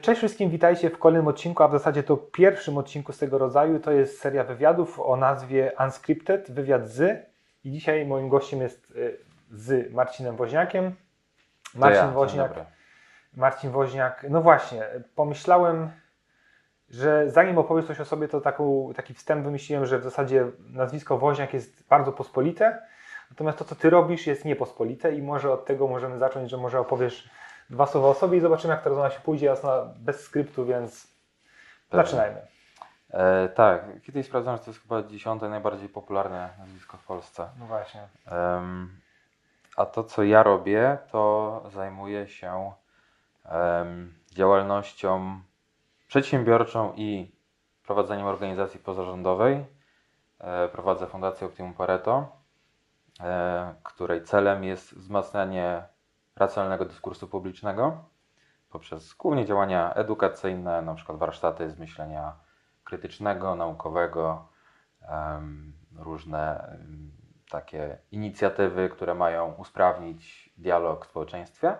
Cześć wszystkim, witajcie w kolejnym odcinku, a w zasadzie to pierwszym odcinku z tego rodzaju. To jest seria wywiadów o nazwie Unscripted, wywiad z. I dzisiaj moim gościem jest z Marcinem Woźniakiem. Marcin Woźniak. No właśnie, pomyślałem, że zanim opowiesz coś o sobie, to taki wstęp wymyśliłem, że w zasadzie nazwisko Woźniak jest bardzo pospolite, natomiast to, co ty robisz, jest niepospolite i może od tego możemy zacząć, że może opowiesz dwa słowa o sobie i zobaczymy, jak ta rozmowa się pójdzie. Jasna, bez skryptu, więc zaczynajmy. Tak, kiedyś sprawdzałem, że to jest chyba 10. najbardziej popularne nazwisko w Polsce. No właśnie. A to, co ja robię, to zajmuję się działalnością przedsiębiorczą i prowadzeniem organizacji pozarządowej. Prowadzę Fundację Optimum Pareto, której celem jest wzmacnianie racjonalnego dyskursu publicznego poprzez głównie działania edukacyjne, na przykład warsztaty z myślenia krytycznego, naukowego, różne takie inicjatywy, które mają usprawnić dialog w społeczeństwie.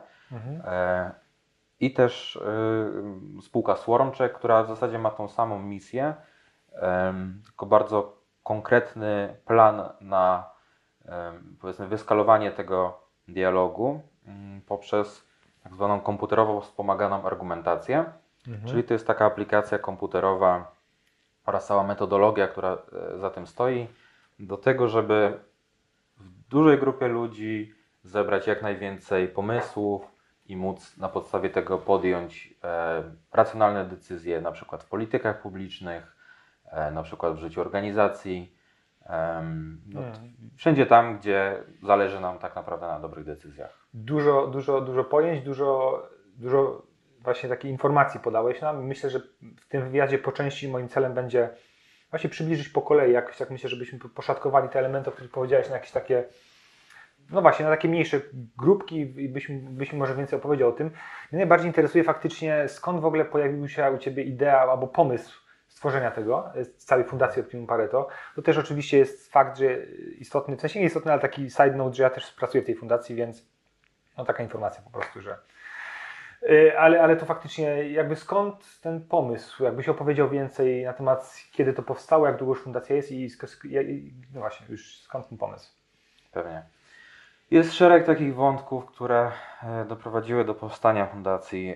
I też spółka Swarmcheck, która w zasadzie ma tą samą misję, tylko bardzo konkretny plan na powiedzmy wyskalowanie tego dialogu poprzez tak zwaną komputerowo wspomaganą argumentację. Czyli to jest taka aplikacja komputerowa oraz cała metodologia, która za tym stoi, do tego, żeby w dużej grupie ludzi zebrać jak najwięcej pomysłów i móc na podstawie tego podjąć racjonalne decyzje, na przykład w politykach publicznych, na przykład w życiu organizacji, wszędzie tam, gdzie zależy nam tak naprawdę na dobrych decyzjach. Dużo pojęć, dużo właśnie takiej informacji podałeś nam. Myślę, że w tym wywiadzie po części moim celem będzie właśnie przybliżyć po kolei, jakoś tak myślę, żebyśmy poszatkowali te elementy, o których powiedziałeś, na jakieś takie, no właśnie, na takie mniejsze grupki i byśmy może więcej opowiedział o tym. Mnie najbardziej interesuje faktycznie, skąd w ogóle pojawił się u Ciebie idea albo pomysł stworzenia tego, całej Fundacji Optimum Pareto. To też oczywiście jest fakt, że istotny, w sensie nie istotny, ale taki side note, że ja też pracuję w tej fundacji, więc no taka informacja po prostu, że... Ale to faktycznie jakby skąd ten pomysł? Jakbyś opowiedział więcej na temat, kiedy to powstało, jak długo już fundacja jest i no właśnie, już skąd ten pomysł? Pewnie. Jest szereg takich wątków, które doprowadziły do powstania fundacji.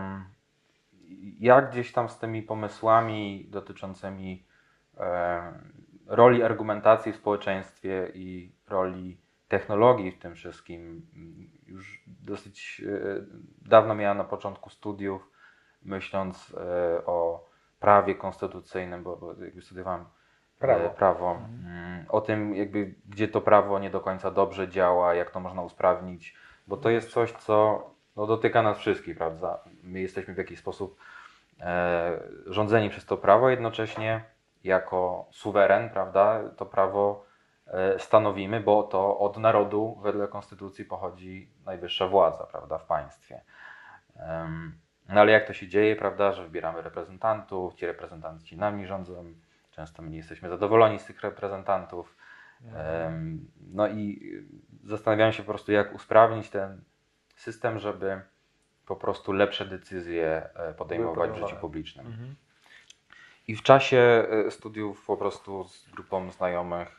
Ja gdzieś tam z tymi pomysłami dotyczącymi roli argumentacji w społeczeństwie i roli technologii w tym wszystkim już dosyć dawno miałem na początku studiów, myśląc o prawie konstytucyjnym, bo jakby studiowałem prawo. O tym jakby, gdzie to prawo nie do końca dobrze działa, jak to można usprawnić, bo to jest coś, co dotyka nas wszystkich, prawda? My jesteśmy w jakiś sposób rządzeni przez to prawo, jednocześnie jako suweren, prawda, to prawo stanowimy, bo to od narodu wedle konstytucji pochodzi najwyższa władza, prawda, w państwie. No ale jak to się dzieje, prawda, że wybieramy reprezentantów, ci reprezentanci nami rządzą, często my nie jesteśmy zadowoleni z tych reprezentantów. No i zastanawiałem się po prostu, jak usprawnić ten system, żeby po prostu lepsze decyzje podejmować w życiu publicznym. I w czasie studiów po prostu z grupą znajomych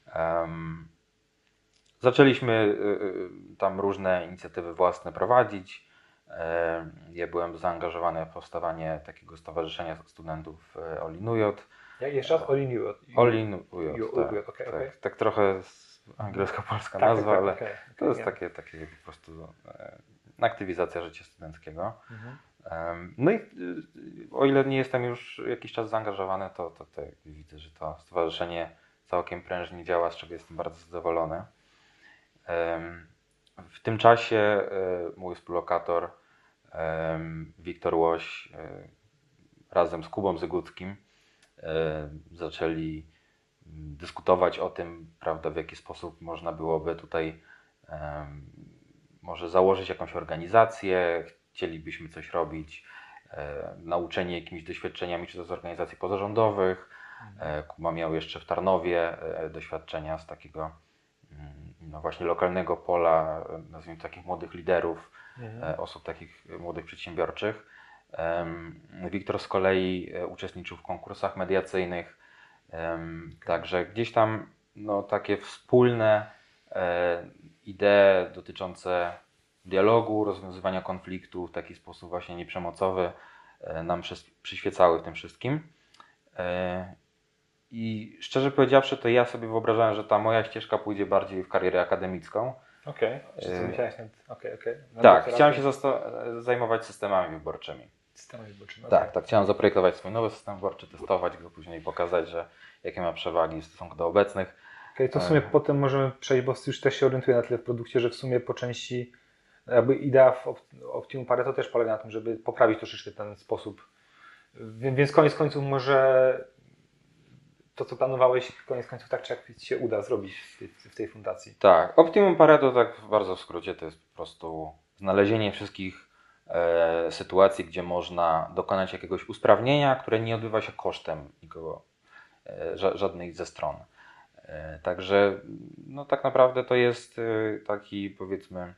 zaczęliśmy tam różne inicjatywy własne prowadzić. Ja byłem zaangażowany w powstawanie takiego stowarzyszenia studentów Olinujot. Jak jeszcze raz? Olinujot. Tak trochę angielsko-polska nazwa, ale to jest takie po prostu aktywizacja życia studenckiego. No i o ile nie jestem już jakiś czas zaangażowany, to widzę, że to stowarzyszenie całkiem prężnie działa, z czego jestem bardzo zadowolony. W tym czasie mój współlokator Wiktor Łoś razem z Kubą Zyguckim zaczęli dyskutować o tym, prawda, w jaki sposób można byłoby tutaj może założyć jakąś organizację, chcielibyśmy coś robić, nauczeni jakimiś doświadczeniami, czy to z organizacji pozarządowych. Kuba miał jeszcze w Tarnowie doświadczenia z takiego no właśnie lokalnego pola, nazwijmy takich młodych liderów, osób takich młodych przedsiębiorczych. Wiktor z kolei uczestniczył w konkursach mediacyjnych, także gdzieś tam no, takie wspólne idee dotyczące dialogu, rozwiązywania konfliktu w taki sposób właśnie nieprzemocowy nam przyświecały w tym wszystkim. I szczerze powiedziawszy, to ja sobie wyobrażałem, że ta moja ścieżka pójdzie bardziej w karierę akademicką. Okej. Okej. Tak, chciałem się zajmować systemami wyborczymi. Systemami wyborczymi. Tak, chciałem zaprojektować swój nowy system wyborczy, testować go, później pokazać, że jakie ma przewagi w stosunku do obecnych. To w sumie potem możemy przejść, bo już też się orientuję na tyle w produkcie, że w sumie po części jakby idea w Optimum Pareto też polega na tym, żeby poprawić troszeczkę ten sposób. Więc koniec końców może to, co planowałeś, koniec końców tak czy jak się uda zrobić w tej fundacji. Tak, Optimum Pareto, tak bardzo w skrócie, to jest po prostu znalezienie wszystkich sytuacji, gdzie można dokonać jakiegoś usprawnienia, które nie odbywa się kosztem nikogo, żadnej ze stron. Także no, tak naprawdę to jest taki, powiedzmy,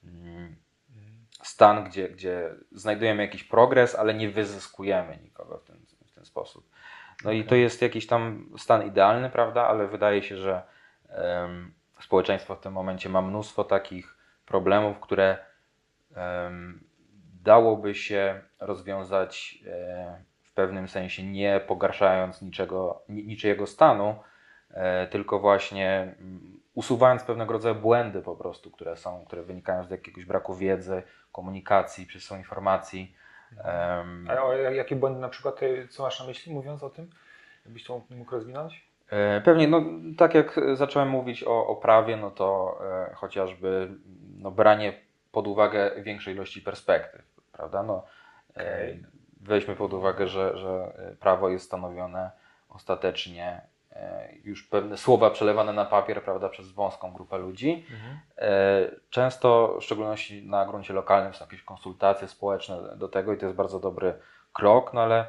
stan, gdzie znajdujemy jakiś progres, ale nie wyzyskujemy nikogo w ten sposób. No i to jest jakiś tam stan idealny, prawda, ale wydaje się, że społeczeństwo w tym momencie ma mnóstwo takich problemów, które dałoby się rozwiązać w pewnym sensie nie pogarszając niczyjego stanu, tylko właśnie usuwając pewnego rodzaju błędy po prostu, które wynikają z jakiegoś braku wiedzy, komunikacji, przesyłu informacji. A jakie błędy na przykład, co masz na myśli, mówiąc o tym? Jakbyś to mógł rozwinąć? Pewnie, no tak jak zacząłem mówić o prawie, no to chociażby no, branie pod uwagę większej ilości perspektyw, prawda? No, weźmy pod uwagę, że prawo jest stanowione ostatecznie już pewne słowa przelewane na papier, prawda, przez wąską grupę ludzi. Często, w szczególności na gruncie lokalnym, są jakieś konsultacje społeczne do tego i to jest bardzo dobry krok, no ale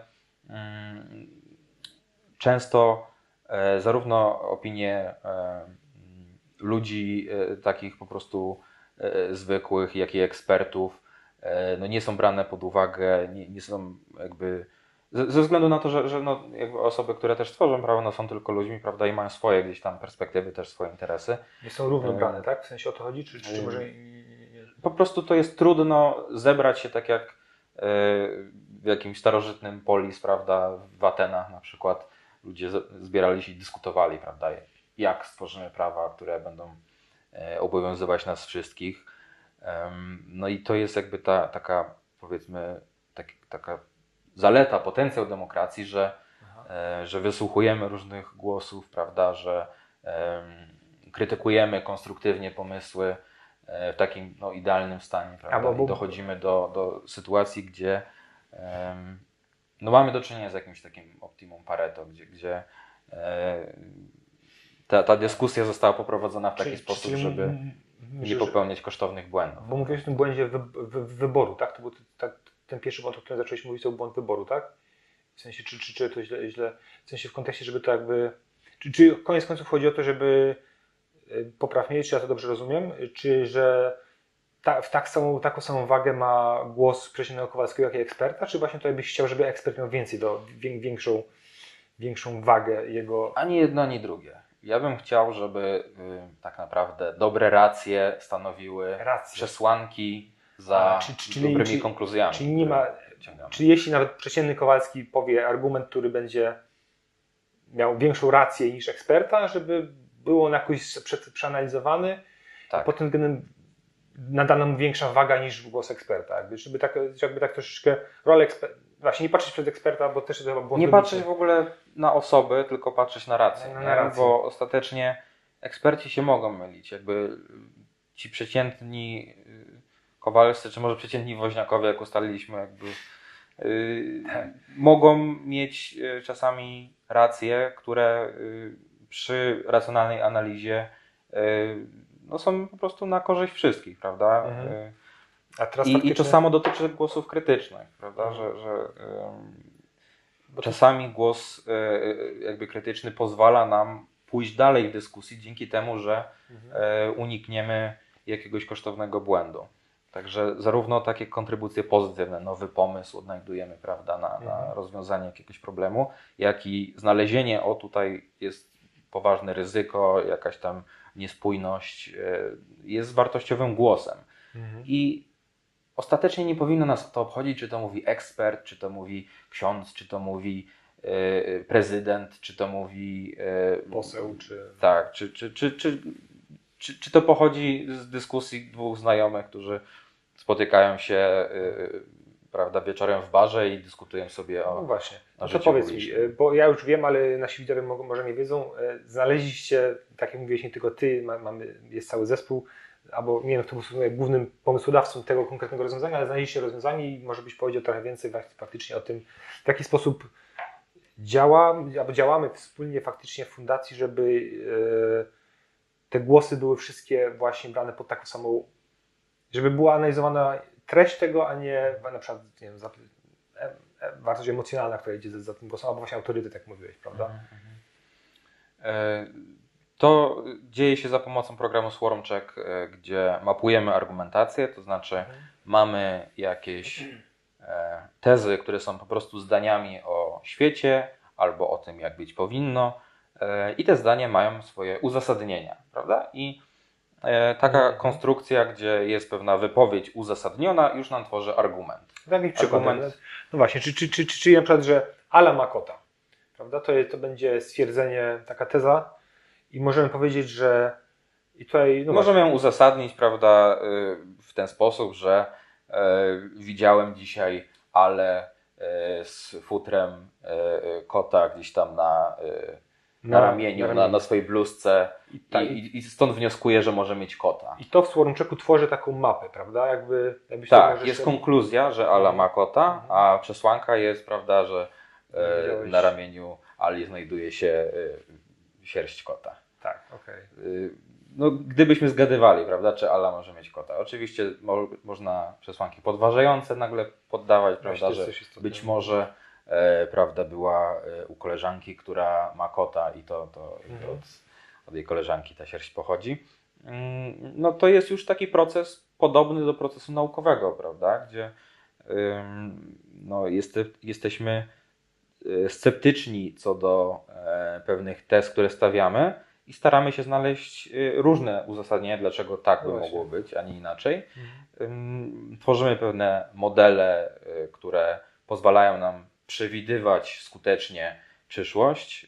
często zarówno opinie ludzi takich po prostu zwykłych, jak i ekspertów no nie są brane pod uwagę, nie są jakby ze względu na to, że no jakby osoby, które też tworzą prawo, no są tylko ludźmi, prawda, i mają swoje gdzieś tam perspektywy, też swoje interesy. Nie są równo brane, tak? W sensie o to chodzi? Czy może... Po prostu to jest trudno zebrać się tak jak w jakimś starożytnym polis, prawda, w Atenach na przykład ludzie zbierali się i dyskutowali, prawda, jak stworzymy prawa, które będą obowiązywać nas wszystkich. No i to jest jakby taka, powiedzmy, taka zaleta, potencjał demokracji, że wysłuchujemy różnych głosów, prawda, że krytykujemy konstruktywnie pomysły w takim no, idealnym stanie, prawda, i dochodzimy do sytuacji, gdzie no, mamy do czynienia z jakimś takim optimum Pareto, gdzie ta dyskusja została poprowadzona w taki sposób, żeby nie popełniać kosztownych błędów. Bo mówiłeś o tym błędzie wyboru, tak? To był ten pierwszy błąd, o którym zacząłeś mówić, to był błąd wyboru, tak? W sensie, czy to źle, w sensie w kontekście, żeby to jakby... Czy koniec końców chodzi o to, żeby popraw mnie, czy ja to dobrze rozumiem, czy że w taką samą wagę ma głos przeciętnego Kowalskiego, jak i eksperta, czy właśnie to byś chciał, żeby ekspert miał większą wagę jego... Ani jedno, ani drugie. Ja bym chciał, żeby tak naprawdę dobre racje stanowiły przesłanki za dobrymi konkluzjami. Czyli nie ma... Czyli jeśli nawet przeciętny Kowalski powie argument, który będzie miał większą rację niż eksperta, żeby było on jakoś przeanalizowany, tak. Pod tym względem nadana mu większa waga niż głos eksperta. Żeby tak troszeczkę rolę eksperta, właśnie nie patrzeć przez eksperta, bo też to chyba błąd. Nie patrzeć w ogóle na osoby, tylko patrzeć na rację. Bo ostatecznie eksperci się mogą mylić. Jakby ci przeciętni Kowalscy, czy może przeciętni Woźniakowie, jak ustaliliśmy, jakby mogą mieć czasami racje, które przy racjonalnej analizie no są po prostu na korzyść wszystkich, prawda? A teraz I to samo dotyczy głosów krytycznych, prawda? Że czasami głos jakby krytyczny pozwala nam pójść dalej w dyskusji dzięki temu, że unikniemy jakiegoś kosztownego błędu. Także zarówno takie kontrybucje pozytywne, nowy pomysł odnajdujemy, prawda, na rozwiązanie jakiegoś problemu, jak i znalezienie, tutaj jest poważne ryzyko, jakaś tam niespójność, jest wartościowym głosem. I ostatecznie nie powinno nas to obchodzić, czy to mówi ekspert, czy to mówi ksiądz, czy to mówi prezydent, czy to mówi poseł, czy... Tak, czy to pochodzi z dyskusji dwóch znajomych, którzy spotykają się prawda, wieczorem w barze i dyskutują sobie o No właśnie, o to życiu powiedz mi, publicznym. bo ja już wiem, ale nasi widzowie może nie wiedzą, znaleźliście, tak jak mówiłeś, nie tylko ty, jest cały zespół, albo nie wiem, kto był głównym pomysłodawcą tego konkretnego rozwiązania, ale znaleźliście rozwiązanie i może byś powiedział trochę więcej faktycznie o tym, w jaki sposób działamy wspólnie faktycznie w fundacji, żeby te głosy były wszystkie właśnie brane pod taką samą, żeby była analizowana treść tego, a nie na przykład, nie wiem, wartość emocjonalna, która idzie za tym głosem, albo właśnie autorytet, jak mówiłeś, prawda? To dzieje się za pomocą programu Swarmcheck, gdzie mapujemy argumentację, to znaczy mamy jakieś tezy, które są po prostu zdaniami o świecie albo o tym, jak być powinno, i te zdania mają swoje uzasadnienia, prawda? I taka konstrukcja, gdzie jest pewna wypowiedź uzasadniona, już nam tworzy argument. Jakiś przykład. No właśnie, czy na przykład, że Ala ma kota, prawda? To będzie stwierdzenie, taka teza i możemy powiedzieć, że i tutaj... No możemy ją uzasadnić, prawda, w ten sposób, że widziałem dzisiaj Ale z futrem kota gdzieś tam na ramieniu, na swojej bluzce i stąd wnioskuję, że może mieć kota. I to w Swarmchecku tworzy taką mapę, prawda? Jakbyś tak, jest konkluzja, że Ala ma kota, a przesłanka jest, prawda, że na ramieniu Ali znajduje się sierść kota. Tak, okej. No, gdybyśmy zgadywali, prawda, czy Ala może mieć kota. Oczywiście można przesłanki podważające nagle poddawać, prawda, że być może prawda, była u koleżanki, która ma kota i to od jej koleżanki ta sierść pochodzi. No to jest już taki proces podobny do procesu naukowego, prawda, gdzie no, jesteśmy sceptyczni co do pewnych tez, które stawiamy i staramy się znaleźć różne uzasadnienia, dlaczego tak by mogło być, a nie inaczej. Tworzymy pewne modele, które pozwalają nam przewidywać skutecznie przyszłość,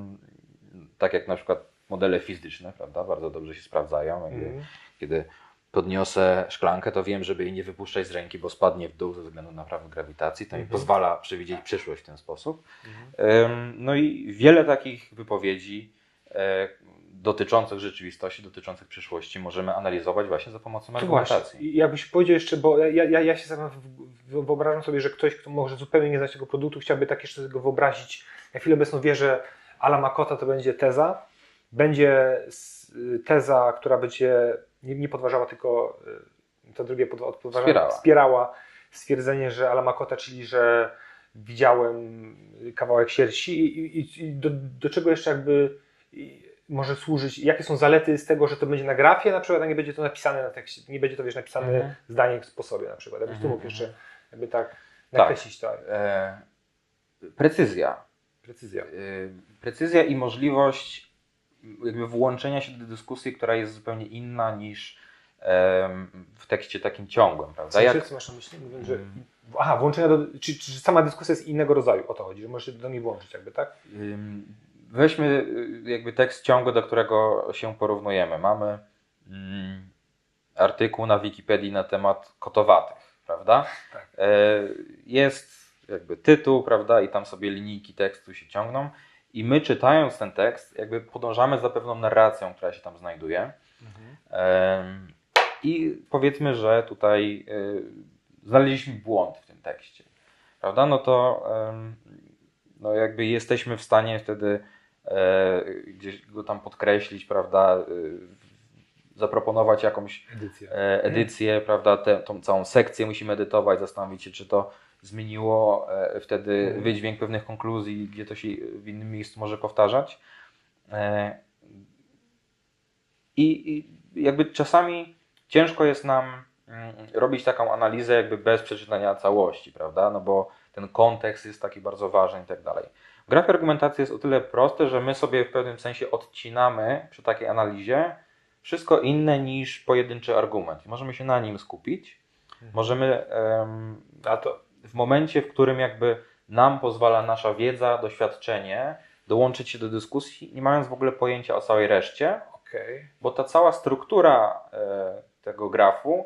tak jak na przykład modele fizyczne, prawda, bardzo dobrze się sprawdzają. Kiedy podniosę szklankę, to wiem, żeby jej nie wypuszczać z ręki, bo spadnie w dół ze względu na prawo grawitacji. To mi pozwala przewidzieć przyszłość w ten sposób. No i wiele takich wypowiedzi dotyczących rzeczywistości, dotyczących przyszłości możemy analizować właśnie za pomocą argumentacji. Właśnie. Jakbyś powiedział jeszcze, bo ja się sam wyobrażam sobie, że ktoś, kto może zupełnie nie znać tego produktu, chciałby tak jeszcze sobie go wyobrazić. Na chwilę obecną wie, że Ala ma kota, to będzie teza. Będzie teza, która będzie nie podważała, tylko to drugie wspierała stwierdzenie, że Ala ma kota, czyli że widziałem kawałek sierści i do czego jeszcze jakby może służyć, jakie są zalety z tego, że to będzie na grafie na przykład, a nie będzie to napisane na tekście, nie będzie to napisane zdaniem w sposobie na przykład. Jakbyś tu mógł jeszcze jakby tak nakreślić to. Precyzja i możliwość jakby włączenia się do dyskusji, która jest zupełnie inna niż w tekście takim ciągłym, prawda? Co masz na myśli? Mówiąc, że... włączenia czy sama dyskusja jest innego rodzaju, o to chodzi, że możesz się do niej włączyć jakby, tak? Weźmy jakby tekst ciągły, do którego się porównujemy. Mamy artykuł na Wikipedii na temat kotowatych, prawda? Tak. Jest jakby tytuł, prawda, i tam sobie linijki tekstu się ciągną i my czytając ten tekst jakby podążamy za pewną narracją, która się tam znajduje. I powiedzmy, że tutaj znaleźliśmy błąd w tym tekście, prawda? No to no jakby jesteśmy w stanie wtedy gdzieś go tam podkreślić, prawda? Zaproponować jakąś edycję, prawda? Tą całą sekcję musimy edytować, zastanowić się, czy to zmieniło wtedy wydźwięk pewnych konkluzji, gdzie to się w innym miejscu może powtarzać. I jakby czasami ciężko jest nam robić taką analizę jakby bez przeczytania całości, prawda? No bo ten kontekst jest taki bardzo ważny i tak dalej. W grafie argumentacji jest o tyle proste, że my sobie w pewnym sensie odcinamy przy takiej analizie wszystko inne niż pojedynczy argument. I możemy się na nim skupić. Możemy w momencie, w którym jakby nam pozwala nasza wiedza, doświadczenie dołączyć się do dyskusji, nie mając w ogóle pojęcia o całej reszcie, bo ta cała struktura tego grafu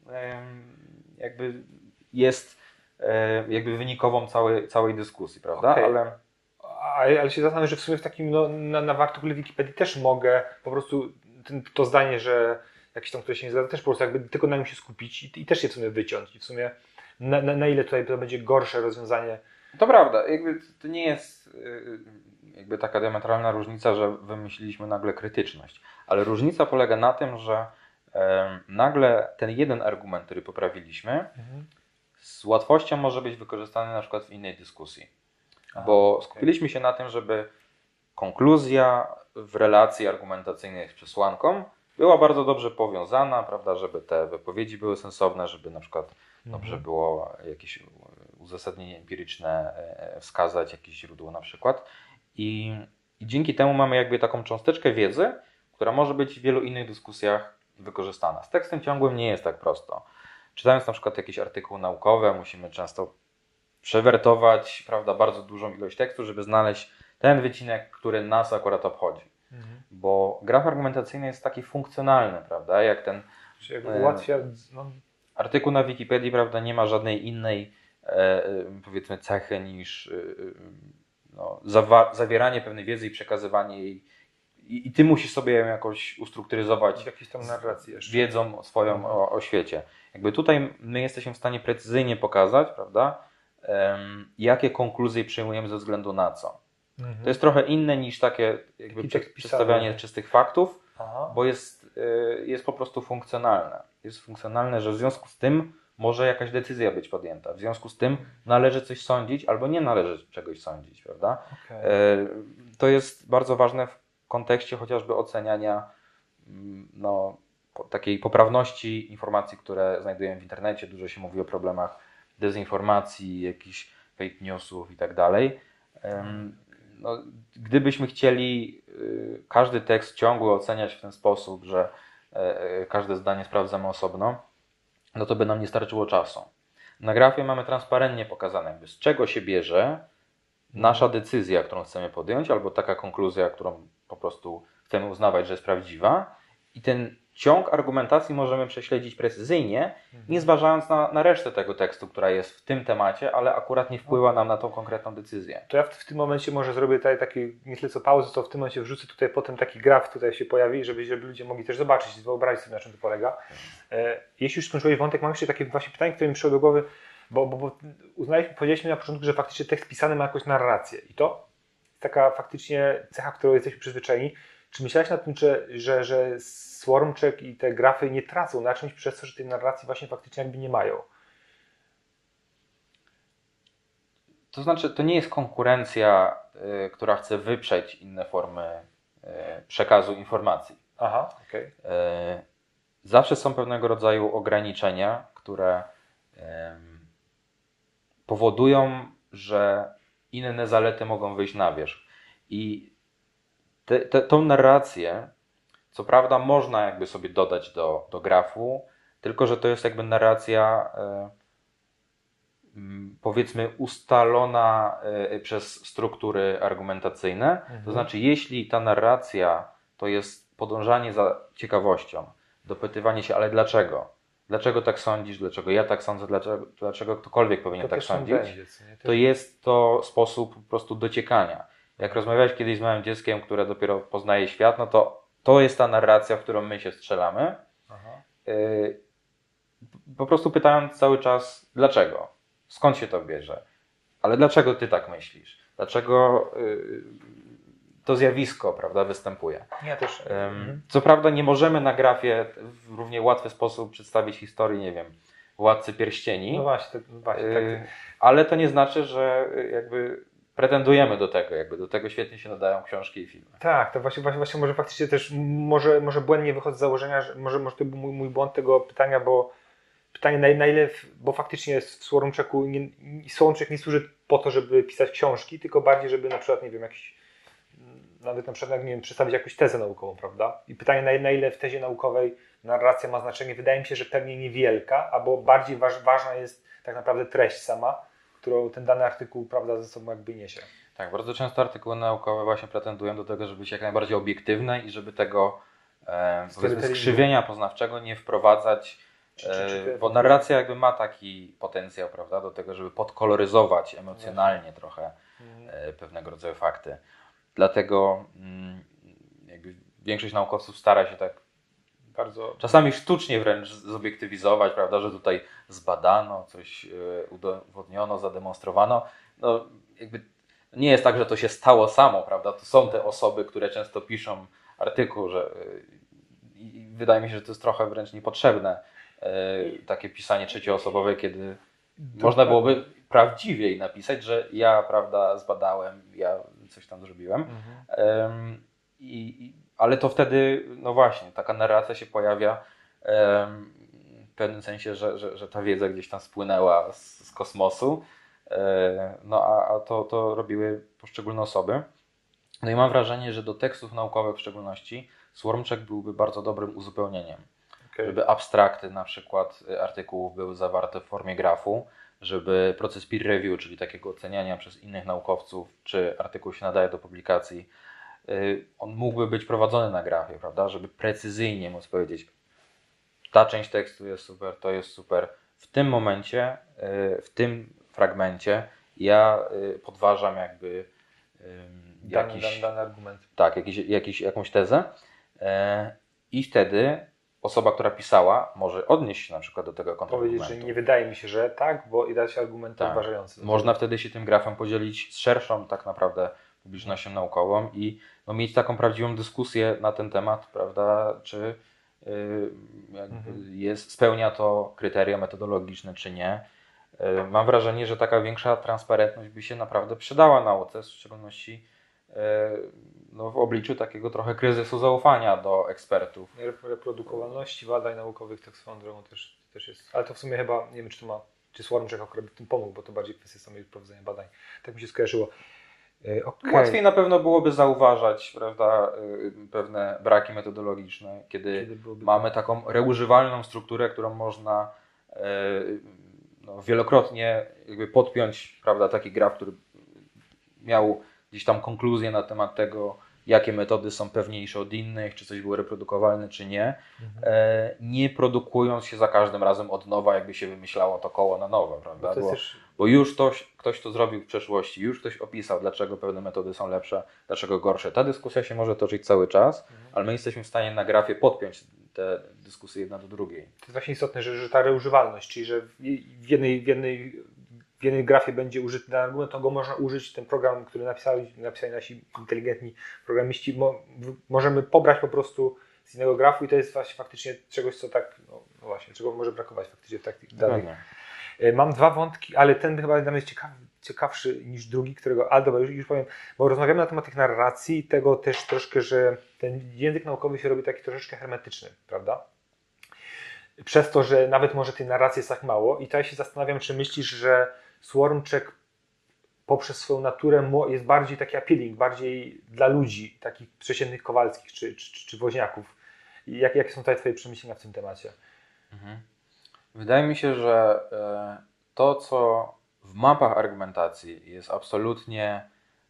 jakby jest jakby wynikową całej dyskusji, prawda? Ale się zastanawiam, że w sumie w takim w artykule Wikipedii też mogę po prostu to zdanie, że jakieś tam, które się nie zgadza, też po prostu jakby tylko na nim się skupić i też się w sumie wyciąć. I w sumie na ile tutaj to będzie gorsze rozwiązanie. To prawda, jakby to nie jest jakby taka diametralna różnica, że wymyśliliśmy nagle krytyczność, ale różnica polega na tym, że nagle ten jeden argument, który poprawiliśmy, z łatwością może być wykorzystany na przykład w innej dyskusji. Bo skupiliśmy się na tym, żeby konkluzja w relacji argumentacyjnej z przesłanką była bardzo dobrze powiązana, prawda, żeby te wypowiedzi były sensowne, żeby na przykład dobrze było jakieś uzasadnienie empiryczne wskazać, jakieś źródło na przykład. I dzięki temu mamy jakby taką cząsteczkę wiedzy, która może być w wielu innych dyskusjach wykorzystana. Z tekstem ciągłym nie jest tak prosto. Czytając na przykład jakieś artykuły naukowe, musimy często przewertować, prawda, bardzo dużą ilość tekstu, żeby znaleźć ten wycinek, który nas akurat obchodzi. Bo graf argumentacyjny jest taki funkcjonalny, prawda, jak ten ułatwia, artykuł na Wikipedii, prawda, nie ma żadnej innej powiedzmy cechy niż zawieranie pewnej wiedzy i przekazywanie jej. I ty musisz sobie ją jakoś ustrukturyzować jakieś tam narracje jeszcze. Wiedzą swoją o świecie. Jakby tutaj my jesteśmy w stanie precyzyjnie pokazać, prawda, jakie konkluzje przyjmujemy ze względu na co. To jest trochę inne niż takie jakby przedstawianie czystych faktów, bo jest po prostu funkcjonalne. Jest funkcjonalne, że w związku z tym może jakaś decyzja być podjęta. W związku z tym należy coś sądzić albo nie należy czegoś sądzić, prawda? To jest bardzo ważne w kontekście chociażby oceniania takiej poprawności informacji, które znajdujemy w internecie. Dużo się mówi o problemach dezinformacji, jakichś fake newsów i tak dalej. Gdybyśmy chcieli każdy tekst ciągły oceniać w ten sposób, że każde zdanie sprawdzamy osobno, no to by nam nie starczyło czasu. Na grafie mamy transparentnie pokazane, jakby z czego się bierze nasza decyzja, którą chcemy podjąć, albo taka konkluzja, którą po prostu chcemy uznawać, że jest prawdziwa. I ten ciąg argumentacji możemy prześledzić precyzyjnie, nie zważając na resztę tego tekstu, która jest w tym temacie, ale akurat nie wpływa nam na tą konkretną decyzję. To ja w tym momencie może zrobię tutaj taki nie tyle co pauzę, to w tym momencie wrzucę tutaj potem taki graf tutaj się pojawi, żeby ludzie mogli też zobaczyć, wyobrazić sobie, na czym to polega. Jeśli już skończyłeś wątek, mam jeszcze takie właśnie pytanie, które mi przyszło do głowy, bo powiedzieliśmy na początku, że faktycznie tekst pisany ma jakąś narrację i to taka faktycznie cecha, którą jesteśmy przyzwyczajeni. Czy myślałeś nad tym, że Swarmcheck i te grafy nie tracą na czymś przez to, że tej narracji właśnie faktycznie jakby nie mają? To znaczy, to nie jest konkurencja, która chce wyprzeć inne formy przekazu informacji. Zawsze są pewnego rodzaju ograniczenia, które powodują, że inne zalety mogą wyjść na wierzch. I tą narrację, co prawda można jakby sobie dodać do grafu, tylko że to jest jakby narracja powiedzmy ustalona przez struktury argumentacyjne. To znaczy, jeśli ta narracja to jest podążanie za ciekawością, dopytywanie się, ale dlaczego? Dlaczego tak sądzisz? Dlaczego ja tak sądzę? Dlaczego ktokolwiek powinien tak sądzić? To jest to sposób po prostu dociekania. Jak rozmawiałeś kiedyś z małym dzieckiem, które dopiero poznaje świat, no to jest ta narracja, w którą my się strzelamy. Po prostu pytając cały czas, dlaczego? Skąd się to bierze? Ale dlaczego ty tak myślisz? Dlaczego to zjawisko, prawda, występuje? Ja też. Co prawda nie możemy na grafie w równie łatwy sposób przedstawić historii, nie wiem, Władcy Pierścieni. No właśnie, tak. Ale to nie znaczy, że jakby pretendujemy do tego, jakby do tego świetnie się nadają książki i filmy. Tak, to właśnie może faktycznie też, może błędnie wychodzę z założenia, że może to był mój błąd tego pytania, bo pytanie na ile, bo faktycznie jest w Słorumczeku, Słorumczek nie służy po to, żeby pisać książki, tylko bardziej, żeby na przykład, nie wiem, nawet na przykład, nie wiem, przedstawić jakąś tezę naukową, prawda? I pytanie, na ile w tezie naukowej narracja ma znaczenie, wydaje mi się, że pewnie niewielka, albo bardziej ważna jest tak naprawdę treść sama, którą ten dany artykuł, prawda, ze sobą jakby niesie. Tak, bardzo często artykuły naukowe właśnie pretendują do tego, żeby być jak najbardziej obiektywne i żeby tego powiedzmy skrzywienia poznawczego nie wprowadzać, bo narracja jakby ma taki potencjał, prawda, do tego, żeby podkoloryzować emocjonalnie trochę pewnego rodzaju fakty. Dlatego jakby większość naukowców stara się tak bardzo czasami sztucznie wręcz zobiektywizować, prawda, że tutaj zbadano, coś udowodniono, zademonstrowano. No, jakby nie jest tak, że to się stało samo, prawda? To są te osoby, które często piszą artykuł, że i wydaje mi się, że to jest trochę wręcz niepotrzebne takie pisanie trzecioosobowe, kiedy można byłoby prawdziwiej napisać, że ja, prawda, zbadałem, ja coś tam zrobiłem. Ale to wtedy, no właśnie, taka narracja się pojawia w pewnym sensie, że ta wiedza gdzieś tam spłynęła z kosmosu. No a to robiły poszczególne osoby. No i mam wrażenie, że do tekstów naukowych w szczególności Słorumczek byłby bardzo dobrym uzupełnieniem. Okay. Żeby abstrakty na przykład artykułów były zawarte w formie grafu, żeby proces peer review, czyli takiego oceniania przez innych naukowców, czy artykuł się nadaje do publikacji, on mógłby być prowadzony na grafie, prawda? Żeby precyzyjnie móc powiedzieć, ta część tekstu jest super, to jest super. W tym momencie, w tym fragmencie ja podważam jakby dany argument. Tak, jakąś tezę i wtedy osoba, która pisała, może odnieść się na przykład do tego kontrargumentu. Powiedzieć, że nie wydaje mi się, że tak, bo i dać argument podważający. Można wtedy się tym grafem podzielić z szerszą tak naprawdę publicznością naukową i no, mieć taką prawdziwą dyskusję na ten temat, prawda, czy spełnia to kryteria metodologiczne, czy nie. Mam wrażenie, że taka większa transparentność by się naprawdę przydała nauce, w szczególności no, w obliczu takiego trochę kryzysu zaufania do ekspertów. Reprodukowalności badań naukowych tak swoją drogą też jest. Ale to w sumie chyba, nie wiem czy Słorumczek akurat w tym pomógł, bo to bardziej kwestia samej prowadzenia badań. Tak mi się skojarzyło. Okay. Łatwiej na pewno byłoby zauważać, prawda, pewne braki metodologiczne, kiedy mamy taką reużywalną strukturę, którą można no, wielokrotnie jakby podpiąć, prawda, taki graf, który miał gdzieś tam konkluzję na temat tego, jakie metody są pewniejsze od innych, czy coś było reprodukowalne, czy nie, nie produkując się za każdym razem od nowa, jakby się wymyślało to koło na nowo, prawda? Bo już ktoś to zrobił w przeszłości, już ktoś opisał, dlaczego pewne metody są lepsze, dlaczego gorsze. Ta dyskusja się może toczyć cały czas, ale my jesteśmy w stanie na grafie podpiąć te dyskusje jedna do drugiej. To jest właśnie istotne, że ta reużywalność, czyli że w jednej grafie będzie użyty dany argument, to go można użyć, ten program, który napisali nasi inteligentni programiści, możemy pobrać po prostu z innego grafu i to jest właśnie faktycznie czegoś, co tak, no właśnie, czego może brakować faktycznie w takich danych. Mam dwa wątki, ale ten chyba dla mnie jest ciekawszy niż drugi, którego, ale dobra, już powiem, bo rozmawiamy na temat tych narracji i tego też troszkę, że ten język naukowy się robi taki troszeczkę hermetyczny, prawda? Przez to, że nawet może tej narracji jest tak mało i tutaj się zastanawiam, czy myślisz, że Słorumczek poprzez swoją naturę jest bardziej taki appealing, bardziej dla ludzi, takich przeciętnych Kowalskich czy Woźniaków. Jakie są tutaj Twoje przemyślenia w tym temacie? Wydaje mi się, że to, co w mapach argumentacji jest absolutnie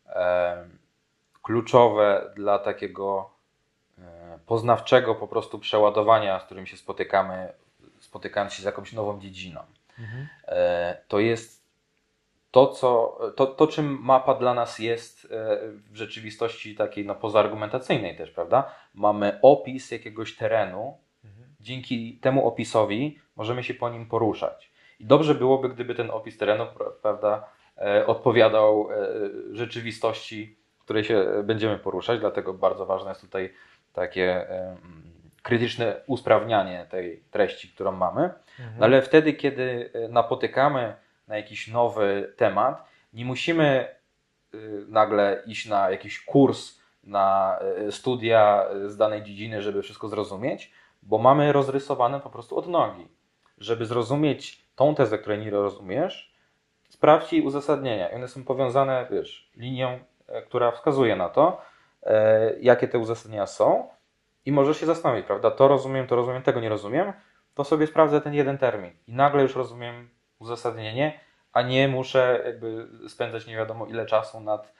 kluczowe dla takiego poznawczego po prostu przeładowania, z którym się spotykając się z jakąś nową dziedziną. To jest to, czym mapa dla nas jest w rzeczywistości takiej no, pozaargumentacyjnej też, prawda? Mamy opis jakiegoś terenu, dzięki temu opisowi możemy się po nim poruszać. I dobrze byłoby, gdyby ten opis terenu, prawda, odpowiadał rzeczywistości, w której się będziemy poruszać, dlatego bardzo ważne jest tutaj takie krytyczne usprawnianie tej treści, którą mamy. No ale wtedy, kiedy napotykamy na jakiś nowy temat, nie musimy nagle iść na jakiś kurs, na studia z danej dziedziny, żeby wszystko zrozumieć, bo mamy rozrysowane po prostu od nogi. żeby zrozumieć tą tezę, której nie rozumiesz, sprawdź jej uzasadnienia. I one są powiązane, wiesz, linią, która wskazuje na to, jakie te uzasadnienia są i możesz się zastanowić, prawda? To rozumiem, tego nie rozumiem, to sobie sprawdzę ten jeden termin i nagle już rozumiem uzasadnienie, a nie muszę jakby spędzać nie wiadomo ile czasu nad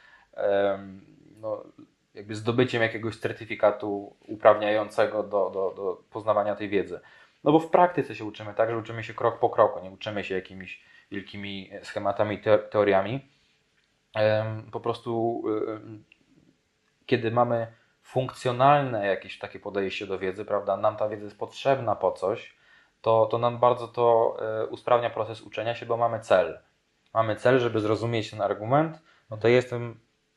jakby zdobyciem jakiegoś certyfikatu uprawniającego do poznawania tej wiedzy. No bo w praktyce się uczymy tak, że uczymy się krok po kroku, nie uczymy się jakimiś wielkimi schematami, teoriami. Po prostu kiedy mamy funkcjonalne jakieś takie podejście do wiedzy, prawda, nam ta wiedza jest potrzebna po coś, to nam bardzo to usprawnia proces uczenia się, bo mamy cel. Mamy cel, żeby zrozumieć ten argument, no to jestem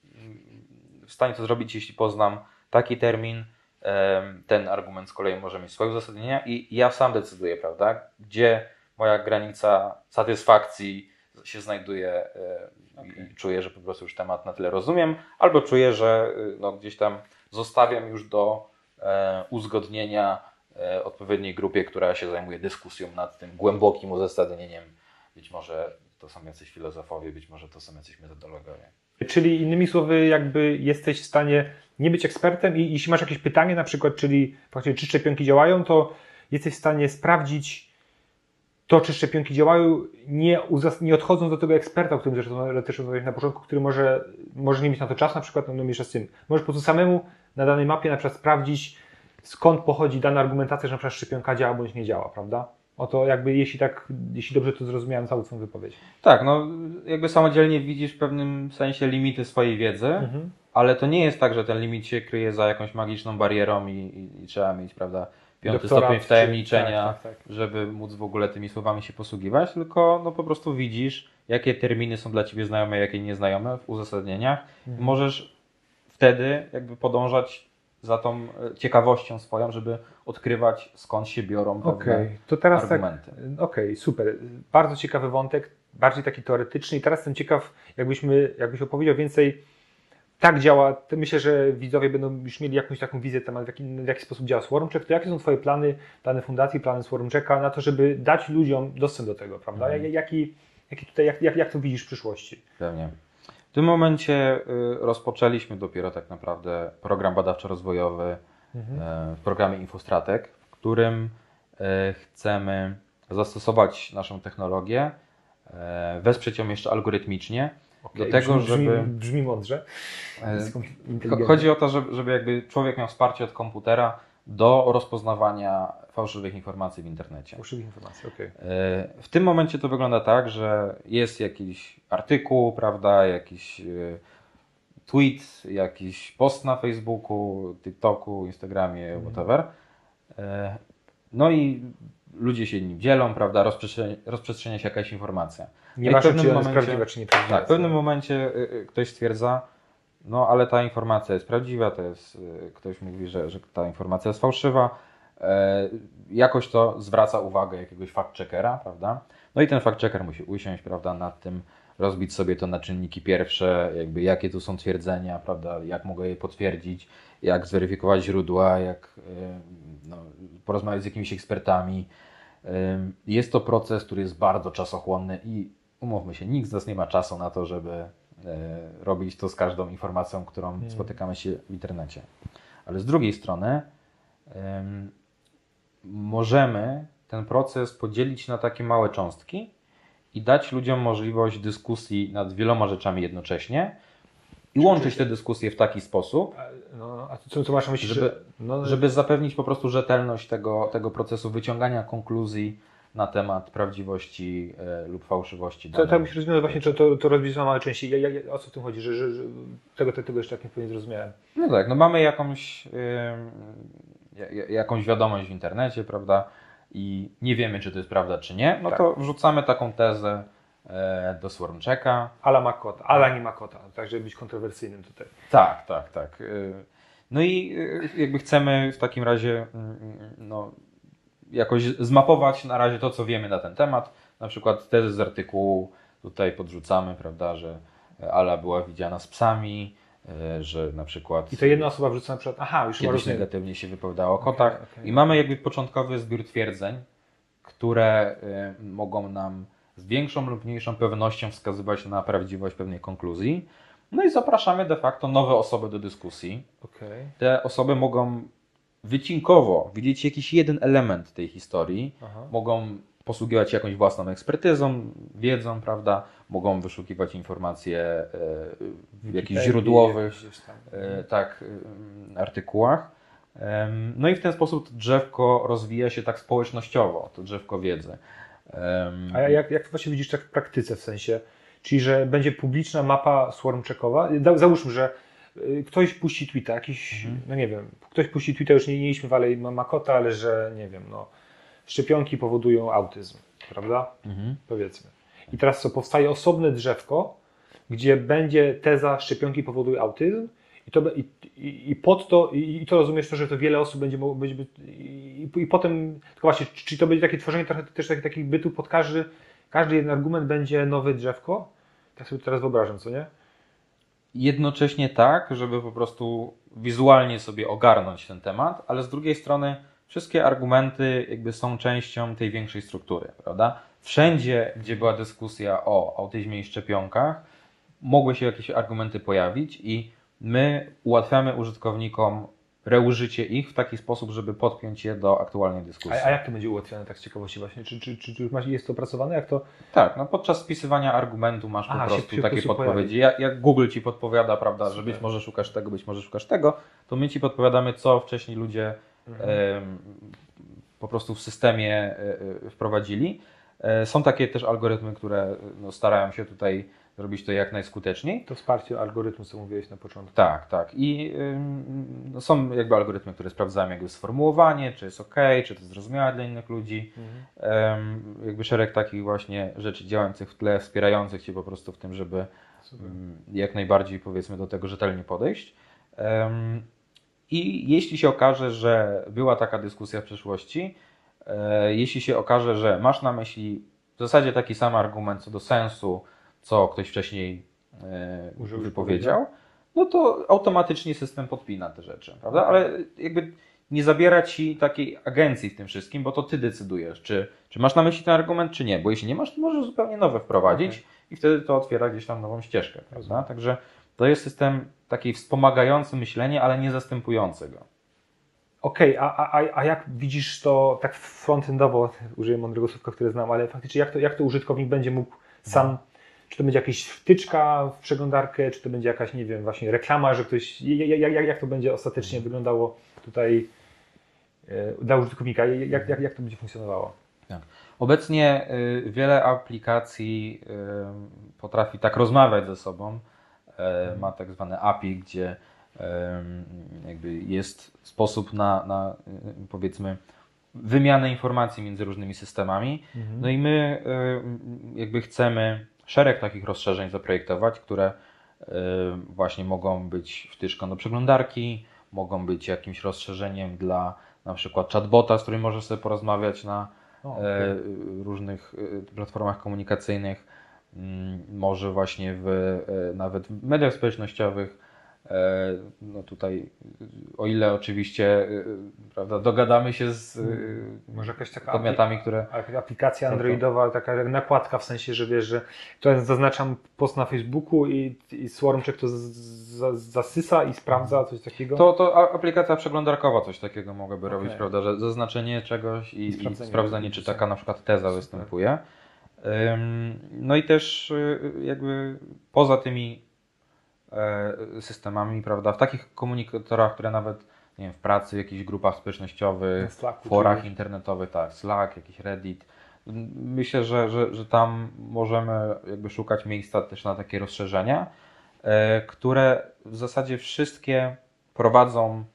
w stanie to zrobić, jeśli poznam taki termin, ten argument z kolei może mieć swoje uzasadnienia i ja sam decyduję, prawda, gdzie moja granica satysfakcji się znajduje i czuję, że po prostu już temat na tyle rozumiem, albo czuję, że no, gdzieś tam zostawiam już do uzgodnienia odpowiedniej grupie, która się zajmuje dyskusją nad tym głębokim uzasadnieniem. Być może to są jacyś filozofowie, być może to są jacyś metodologowie. Czyli innymi słowy, jakby jesteś w stanie nie być ekspertem i jeśli masz jakieś pytanie na przykład, czyli czy szczepionki działają, to jesteś w stanie sprawdzić to, czy szczepionki działają, nie odchodząc do tego eksperta, o którym też rozmawialiśmy na początku, który może nie mieć na to czas na przykład, no mniejsza z tym. Możesz po prostu samemu na danej mapie na przykład sprawdzić, skąd pochodzi dana argumentacja, że na przykład szczepionka działa bądź nie działa, prawda? Oto jakby jeśli dobrze to zrozumiałem całą swoją wypowiedź. Tak, no jakby samodzielnie widzisz w pewnym sensie limity swojej wiedzy, ale to nie jest tak, że ten limit się kryje za jakąś magiczną barierą i trzeba mieć, prawda, 5. stopień wtajemniczenia, tak. żeby móc w ogóle tymi słowami się posługiwać, tylko no po prostu widzisz, jakie terminy są dla Ciebie znajome, jakie nieznajome w uzasadnieniach. Możesz wtedy jakby podążać za tą ciekawością swoją, żeby odkrywać, skąd się biorą pewne to teraz argumenty. Tak, super. Bardzo ciekawy wątek, bardziej taki teoretyczny i teraz jestem ciekaw, jakbyś opowiedział więcej, tak działa, myślę, że widzowie będą już mieli jakąś taką wizję na temat, w jaki sposób działa Swarmcheck, to jakie są Twoje plany fundacji, plany Swarmchecka na to, żeby dać ludziom dostęp do tego, prawda? Jak to widzisz w przyszłości? Pewnie. W tym momencie rozpoczęliśmy dopiero tak naprawdę program badawczo-rozwojowy w programie Infostratek, w którym chcemy zastosować naszą technologię, wesprzeć ją jeszcze algorytmicznie, do tego, Brzmi mądrze. Chodzi o to, żeby jakby człowiek miał wsparcie od komputera do rozpoznawania fałszywych informacji w internecie. Fałszywych informacji, okej. W tym momencie to wygląda tak, że jest jakiś artykuł, prawda, jakiś tweet, jakiś post na Facebooku, TikToku, Instagramie, whatever. No i ludzie się nim dzielą, prawda, rozprzestrzenia się jakaś informacja. Nieważne, czy jest prawdziwa, czy nieprawdziwa. Tak, w pewnym momencie ktoś stwierdza, no ale ta informacja jest prawdziwa, ktoś mówi, że ta informacja jest fałszywa. Jakoś to zwraca uwagę jakiegoś fact-checkera, prawda? No i ten fact-checker musi usiąść, prawda, nad tym, rozbić sobie to na czynniki pierwsze, jakby jakie tu są twierdzenia, prawda, jak mogę je potwierdzić, jak zweryfikować źródła, jak porozmawiać z jakimiś ekspertami. Jest to proces, który jest bardzo czasochłonny i umówmy się, nikt z nas nie ma czasu na to, żeby robić to z każdą informacją, którą spotykamy się w internecie. Ale z drugiej strony możemy ten proces podzielić na takie małe cząstki i dać ludziom możliwość dyskusji nad wieloma rzeczami jednocześnie i łączyć te dyskusje w taki sposób, co masz na myśli, żeby zapewnić po prostu rzetelność tego procesu wyciągania konkluzji na temat prawdziwości lub fałszywości danych. Tak mi się rozumie, właśnie to rozbić na małe części. O co w tym chodzi? Że tego jeszcze tak nie zrozumiałem. No tak, no mamy jakąś wiadomość w internecie, prawda, i nie wiemy, czy to jest prawda, czy nie, no to wrzucamy taką tezę do Swarmchecka. Ala nie Makota, tak żeby być kontrowersyjnym tutaj. Tak. No i jakby chcemy w takim razie jakoś zmapować na razie to, co wiemy na ten temat. Na przykład tezy z artykułu tutaj podrzucamy, prawda, że Ala była widziana z psami, że na przykład... I to jedna osoba wrzuca na przykład, już kiedyś negatywnie się wypowiadała o kotach. I mamy jakby początkowy zbiór twierdzeń, które mogą nam z większą lub mniejszą pewnością wskazywać na prawdziwość pewnej konkluzji. No i zapraszamy de facto nowe osoby do dyskusji. Okej. Te osoby mogą wycinkowo widzieć jakiś jeden element tej historii, Aha. mogą posługiwać się jakąś własną ekspertyzą, wiedzą, prawda? Mogą wyszukiwać informacje w jakichś źródłowych Gdzieś tam. artykułach. No i w ten sposób to drzewko rozwija się tak społecznościowo, to drzewko wiedzy. A jak to właśnie widzisz tak w praktyce, w sensie, czyli że będzie publiczna mapa swarmcheckowa? Załóżmy, że ktoś puści tweeta, jakiś, no nie wiem, ktoś puści tweeta, już nie mieliśmy w Alei Makota, ale że, nie wiem, no, szczepionki powodują autyzm, prawda? Powiedzmy. I teraz co, powstaje osobne drzewko, gdzie będzie teza szczepionki powodują autyzm i pod to, i to rozumiesz to, że to wiele osób będzie mogło być, i potem, tylko właśnie, czy to będzie takie tworzenie trochę też takich bytów pod każdy jeden argument będzie nowe drzewko? Tak sobie teraz wyobrażam, co nie? Jednocześnie tak, żeby po prostu wizualnie sobie ogarnąć ten temat, ale z drugiej strony wszystkie argumenty jakby są częścią tej większej struktury, prawda? Wszędzie, gdzie była dyskusja o autyzmie i szczepionkach, mogły się jakieś argumenty pojawić i my ułatwiamy użytkownikom reużycie ich w taki sposób, żeby podpiąć je do aktualnej dyskusji. A jak to będzie ułatwione, tak z ciekawości właśnie? Czy już jest to opracowane? Jak to? Tak, no podczas spisywania argumentu masz po prostu takie podpowiedzi. Jak Google ci podpowiada, prawda, że być może szukasz tego, być może szukasz tego, to my ci podpowiadamy, co wcześniej ludzie po prostu w systemie wprowadzili. Są takie też algorytmy, które starają się tutaj zrobić to jak najskuteczniej. To wsparcie algorytmu, co mówiłeś na początku. Tak, tak. I są jakby algorytmy, które sprawdzają jakby sformułowanie, czy jest ok, czy to jest zrozumiałe dla innych ludzi. Jakby szereg takich właśnie rzeczy działających w tle, wspierających Cię po prostu w tym, żeby jak najbardziej, powiedzmy, do tego rzetelnie podejść. I jeśli się okaże, że była taka dyskusja w przeszłości, jeśli się okaże, że masz na myśli w zasadzie taki sam argument co do sensu, co ktoś wcześniej wypowiedział, no to automatycznie system podpina te rzeczy, prawda? Ale jakby nie zabiera Ci takiej agencji w tym wszystkim, bo to Ty decydujesz, czy masz na myśli ten argument, czy nie, bo jeśli nie masz, to możesz zupełnie nowe wprowadzić i wtedy to otwiera gdzieś tam nową ścieżkę, prawda? Także to jest system taki wspomagający myślenie, ale nie zastępujący go. Okej, a jak widzisz to tak frontendowo, użyję mądrego słówka, które znam, ale faktycznie jak to użytkownik będzie mógł sam, czy to będzie jakaś wtyczka w przeglądarkę, czy to będzie jakaś, nie wiem, właśnie reklama, że ktoś, jak to będzie ostatecznie wyglądało tutaj dla użytkownika, jak to będzie funkcjonowało? Tak. Obecnie wiele aplikacji potrafi tak rozmawiać ze sobą, ma tak zwane API, gdzie jakby jest sposób na powiedzmy wymianę informacji między różnymi systemami. No i my jakby chcemy szereg takich rozszerzeń zaprojektować, które właśnie mogą być wtyczką do przeglądarki, mogą być jakimś rozszerzeniem dla na przykład chatbota, z którym możesz sobie porozmawiać na różnych platformach komunikacyjnych, może właśnie nawet w mediach społecznościowych. No tutaj, o ile oczywiście prawda, dogadamy się z może jakaś taka podmiotami, które... Aplikacja androidowa, taka jak nakładka, w sensie, że wiesz, że to zaznaczam post na Facebooku i Swarmcheck to zasysa i sprawdza coś takiego? To aplikacja przeglądarkowa coś takiego mogłaby robić, prawda, że zaznaczenie czegoś i sprawdzenie, czy taka na przykład teza występuje. No i też jakby poza tymi systemami, prawda, w takich komunikatorach, które nawet nie wiem, w pracy, w jakichś grupach społecznościowych, Slacku, forach internetowych, tak, Slack, jakiś Reddit. Myślę, że tam możemy jakby szukać miejsca też na takie rozszerzenia, które w zasadzie wszystkie prowadzą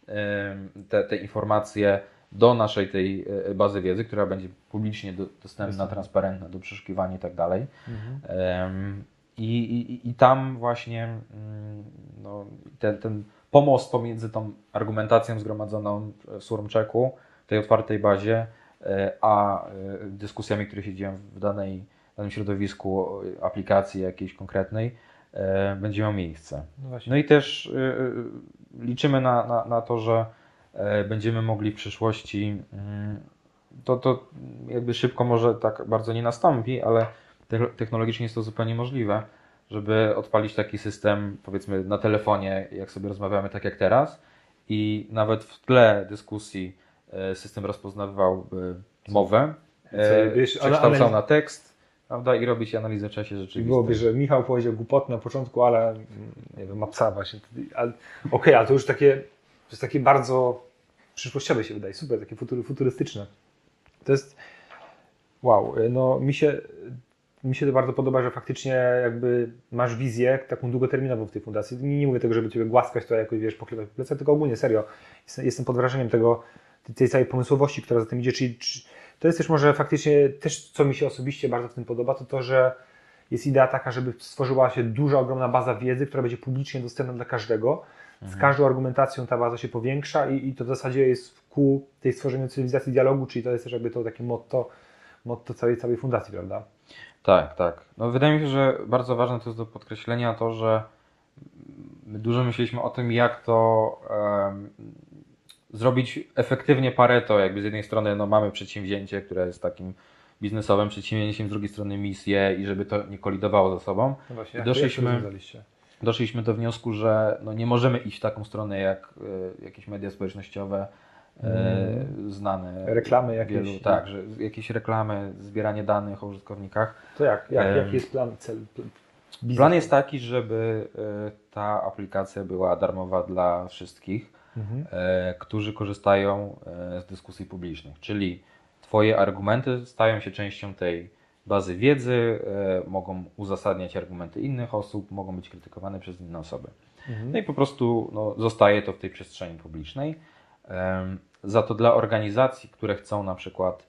te informacje do naszej tej bazy wiedzy, która będzie publicznie dostępna, transparentna do przeszukiwania i tak dalej. I tam właśnie no, ten pomost pomiędzy tą argumentacją zgromadzoną w Swarmchecku, tej otwartej bazie, a dyskusjami, które się dzieją w danym środowisku aplikacji jakiejś konkretnej, będzie miał miejsce. No i też liczymy na to, że będziemy mogli w przyszłości to jakby szybko może tak bardzo nie nastąpi, ale technologicznie jest to zupełnie możliwe, żeby odpalić taki system, powiedzmy na telefonie, jak sobie rozmawiamy tak jak teraz, i nawet w tle dyskusji system rozpoznawałby mowę, przekształcał na tekst, prawda, i robić analizę w czasie rzeczywistym. Byłoby, że Michał powiedział głupotę na początku, ale nie wiem, ma psa właśnie. Okej, ale to już takie, to jest takie bardzo przyszłościowe się wydaje, super, takie futurystyczne. To jest, wow, no mi się to bardzo podoba, że faktycznie jakby masz wizję taką długoterminową w tej fundacji. Nie mówię tego, żeby Ciebie głaskać, to jakoś, wiesz, pokrywać po plecach, tylko ogólnie, serio. Jestem pod wrażeniem tej całej pomysłowości, która za tym idzie, czyli to jest też może faktycznie, też co mi się osobiście bardzo w tym podoba, to że jest idea taka, żeby stworzyła się duża, ogromna baza wiedzy, która będzie publicznie dostępna dla każdego. Z każdą argumentacją ta baza się powiększa i to w zasadzie jest ku tej stworzeniu cywilizacji dialogu, czyli to jest też jakby to takie motto całej fundacji, prawda? Tak, tak. No, wydaje mi się, że bardzo ważne to jest do podkreślenia to, że my dużo myśleliśmy o tym, jak to zrobić efektywnie Pareto. Jakby z jednej strony no, mamy przedsięwzięcie, które jest takim biznesowym przedsięwzięciem, z drugiej strony misję i żeby to nie kolidowało ze sobą. No właśnie, doszliśmy do wniosku, że no, nie możemy iść w taką stronę jak jakieś media społecznościowe, znane. Reklamy jakieś. Wielu, tak, że jakieś reklamy, zbieranie danych o użytkownikach. To jaki jest plan, cel? Plan jest taki, żeby ta aplikacja była darmowa dla wszystkich, którzy korzystają z dyskusji publicznych. Czyli Twoje argumenty stają się częścią tej bazy wiedzy, mogą uzasadniać argumenty innych osób, mogą być krytykowane przez inne osoby. No i po prostu no, zostaje to w tej przestrzeni publicznej. Za to dla organizacji, które chcą na przykład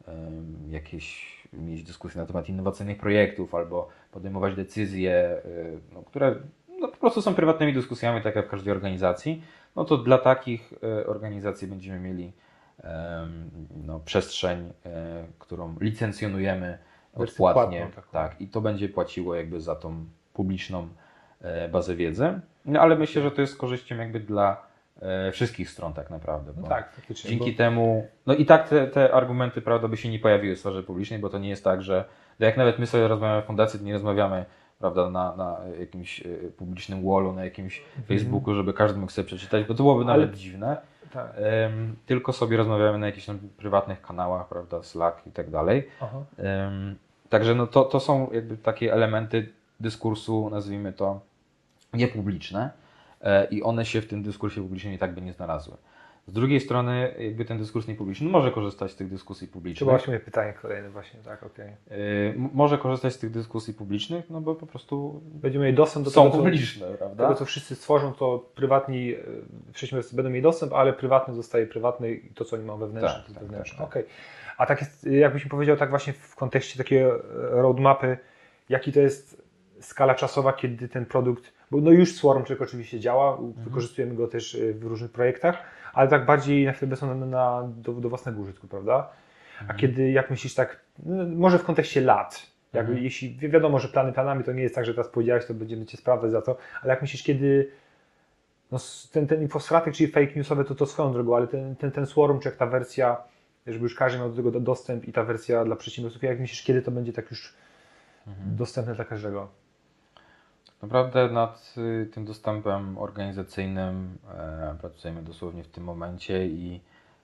mieć dyskusje na temat innowacyjnych projektów albo podejmować decyzje, no, które no, po prostu są prywatnymi dyskusjami, tak jak w każdej organizacji, no to dla takich organizacji będziemy mieli no, przestrzeń, którą licencjonujemy odpłatnie. Tak, i to będzie płaciło jakby za tą publiczną bazę wiedzy. No, ale myślę, że to jest z korzyścią jakby dla wszystkich stron tak naprawdę. No tak, faktycznie. Dzięki temu, no i tak te argumenty prawda by się nie pojawiły w sferze publicznej, bo to nie jest tak, że jak nawet my sobie rozmawiamy w fundacji, to nie rozmawiamy prawda, na jakimś publicznym wallu, na jakimś Facebooku, żeby każdy mógł sobie przeczytać, bo to byłoby nawet dziwne. Tak. Tylko sobie rozmawiamy na jakichś tam prywatnych kanałach, prawda, Slack i tak dalej. Także no to są jakby takie elementy dyskursu, nazwijmy to, niepubliczne i one się w tym dyskursie publicznym i tak by nie znalazły. Z drugiej strony jakby ten dyskurs niepubliczny może korzystać z tych dyskusji publicznych. To właśnie moje pytanie kolejne właśnie, tak, okej. Może korzystać z tych dyskusji publicznych, no bo po prostu będziemy mieli dostęp do są tego, publiczne, prawda? Tego, co wszyscy stworzą, to prywatni przedsiębiorcy będą mieli dostęp, ale prywatny zostaje prywatny i to, co oni mają wewnętrzne, to jest wewnętrzne. Tak. Okej. A tak jest, jakbyś mi powiedział tak właśnie w kontekście takiej roadmapy, jaki to jest skala czasowa, kiedy ten produkt, bo no już Swarmcheck oczywiście działa, wykorzystujemy go też w różnych projektach, ale tak bardziej na chwilę obecną do własnego użytku, prawda? A kiedy, jak myślisz tak, no, może w kontekście lat, jakby jeśli wiadomo, że planami, to nie jest tak, że teraz powiedziałeś, to będziemy Cię sprawdzać za to, ale jak myślisz, kiedy no, ten infostratek, czyli fake newsowe, to swoją drogą, ale ten Swarmcheck, ta wersja, żeby już każdy miał do tego dostęp i ta wersja dla przedsiębiorców, jak myślisz, kiedy to będzie tak już dostępne dla każdego? Naprawdę nad tym dostępem organizacyjnym pracujemy dosłownie w tym momencie i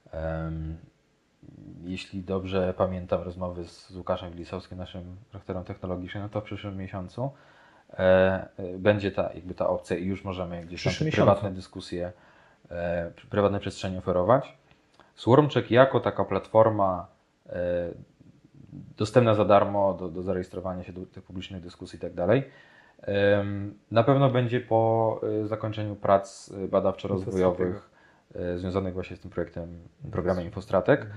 jeśli dobrze pamiętam rozmowy z Łukaszem Glisowskim, naszym rektorem technologicznym, no to w przyszłym miesiącu będzie ta opcja i już możemy gdzieś tam te prywatne dyskusje, prywatne przestrzenie oferować. Swarmcheck jako taka platforma dostępna za darmo do zarejestrowania się do tych publicznych dyskusji i tak dalej. Na pewno będzie po zakończeniu prac badawczo-rozwojowych związanych właśnie z tym programem Infostratek.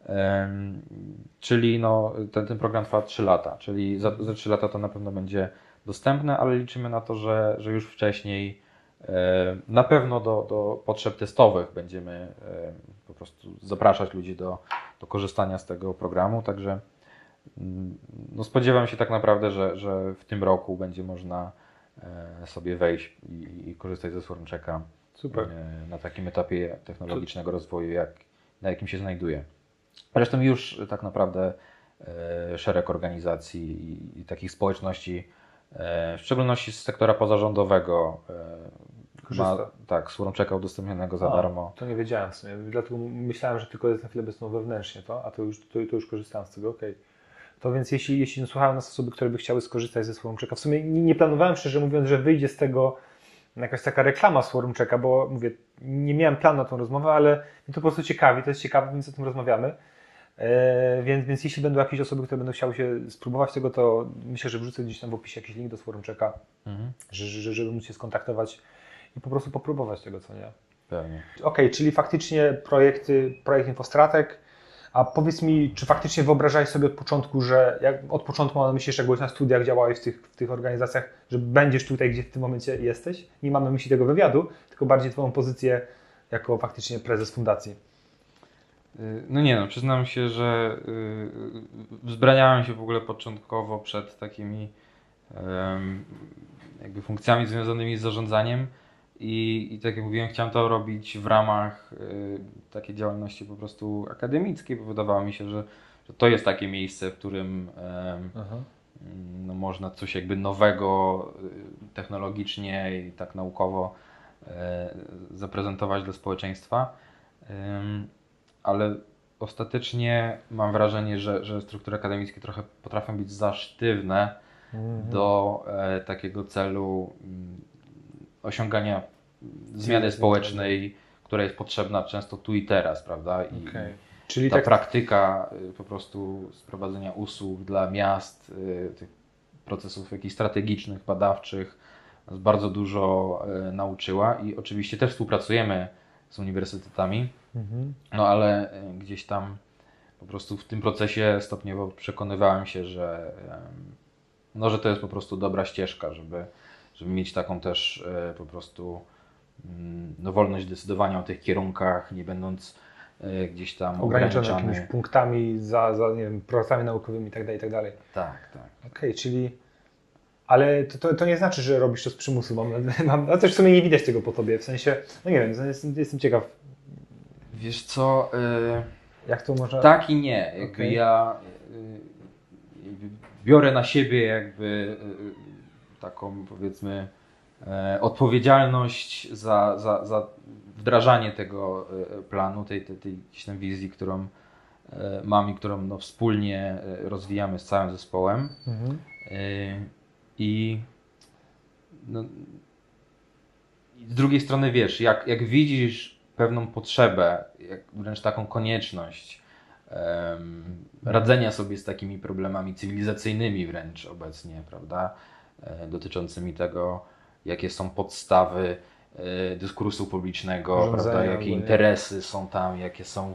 Czyli no, ten program trwa 3 lata, czyli za 3 lata to na pewno będzie dostępne, ale liczymy na to, że już wcześniej na pewno do potrzeb testowych będziemy po prostu zapraszać ludzi do korzystania z tego programu, także no spodziewam się tak naprawdę, że w tym roku będzie można sobie wejść i korzystać ze Swarmchecka na takim etapie technologicznego rozwoju, na jakim się znajduje. Zresztą już tak naprawdę szereg organizacji i takich społeczności, w szczególności z sektora pozarządowego, Swarmchecka udostępnionego za darmo. To nie wiedziałem w sumie, dlatego myślałem, że tylko jest na chwilę obecną wewnętrznie a to już korzystałem z tego, okej. To więc jeśli słuchają nas osoby, które by chciały skorzystać ze Swarmchecka, w sumie nie planowałem, szczerze mówiąc, że wyjdzie z tego jakaś taka reklama Swarmchecka, bo mówię, nie miałem planu na tą rozmowę, ale mnie to po prostu ciekawi, to jest ciekawe, więc o tym rozmawiamy. Więc jeśli będą jakieś osoby, które będą chciały się spróbować tego, to myślę, że wrzucę gdzieś tam w opisie jakiś link do Swarmchecka, żeby móc się skontaktować i po prostu popróbować tego, co nie. Pewnie. Okej, czyli faktycznie projekt Infostratek. A powiedz mi, czy faktycznie wyobrażałeś sobie od początku, że od początku mam myślisz, jak byłeś na studiach, działałeś w tych organizacjach, że będziesz tutaj, gdzie w tym momencie jesteś? Nie mamy myśli tego wywiadu, tylko bardziej twoją pozycję jako faktycznie prezes fundacji. No nie, przyznam się, że wzbraniałem się w ogóle początkowo przed takimi jakby funkcjami związanymi z zarządzaniem i tak jak mówiłem, chciałem to robić w ramach takiej działalności po prostu akademickiej, bo wydawało mi się, że to jest takie miejsce, w którym można coś jakby nowego technologicznie i tak naukowo zaprezentować dla społeczeństwa. Ale ostatecznie mam wrażenie, że struktury akademickie trochę potrafią być za sztywne do takiego celu osiągania zmiany społecznej, która jest potrzebna często tu i teraz, prawda? I czyli ta praktyka po prostu sprowadzenia usług dla miast, tych procesów jakichś strategicznych, badawczych nas bardzo dużo nauczyła i oczywiście też współpracujemy z uniwersytetami, ale gdzieś tam po prostu w tym procesie stopniowo przekonywałem się, że to jest po prostu dobra ścieżka, żeby mieć taką też po prostu wolność decydowania o tych kierunkach, nie będąc gdzieś tam ograniczony jakimiś punktami za nie wiem, pracami naukowymi itd. Tak. Okej, czyli... Ale to nie znaczy, że robisz to z przymusu. Ale też w sumie nie widać tego po tobie. W sensie, no nie wiem, jestem ciekaw. Wiesz co? Jak to można... Tak i nie. Jakby ja biorę na siebie jakby taką, powiedzmy, odpowiedzialność za wdrażanie tego planu, tej gdzieś tam wizji, którą mam i którą wspólnie rozwijamy z całym zespołem. I z drugiej strony wiesz, jak widzisz pewną potrzebę, jak wręcz taką konieczność radzenia sobie z takimi problemami cywilizacyjnymi wręcz obecnie, prawda, dotyczącymi tego, jakie są podstawy dyskursu publicznego, prawda, jakie interesy są tam, jakie są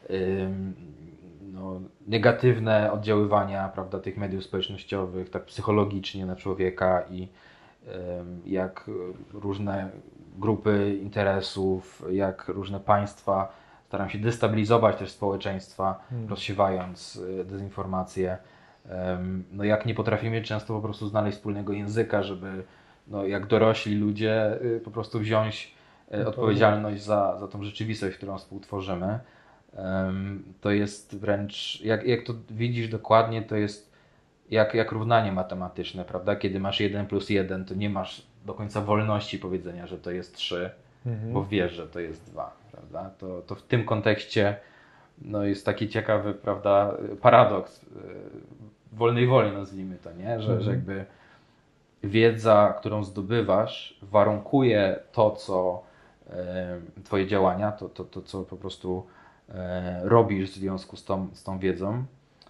negatywne oddziaływania, prawda, tych mediów społecznościowych, tak psychologicznie na człowieka i jak różne grupy interesów, jak różne państwa starają się destabilizować też społeczeństwa, rozsiewając dezinformację. Jak nie potrafimy często po prostu znaleźć wspólnego języka, żeby jak dorośli ludzie po prostu wziąć odpowiedzialność za tą rzeczywistość, którą współtworzymy. To jest wręcz, jak to widzisz dokładnie, to jest jak równanie matematyczne, prawda? Kiedy masz 1 + 1, to nie masz do końca wolności powiedzenia, że to jest 3, bo wiesz, że to jest 2, prawda? To w tym kontekście jest taki ciekawy, prawda, paradoks wolnej woli, nazwijmy to, nie? Że jakby wiedza, którą zdobywasz, warunkuje to, co twoje działania, to co po prostu robisz w związku z tą wiedzą,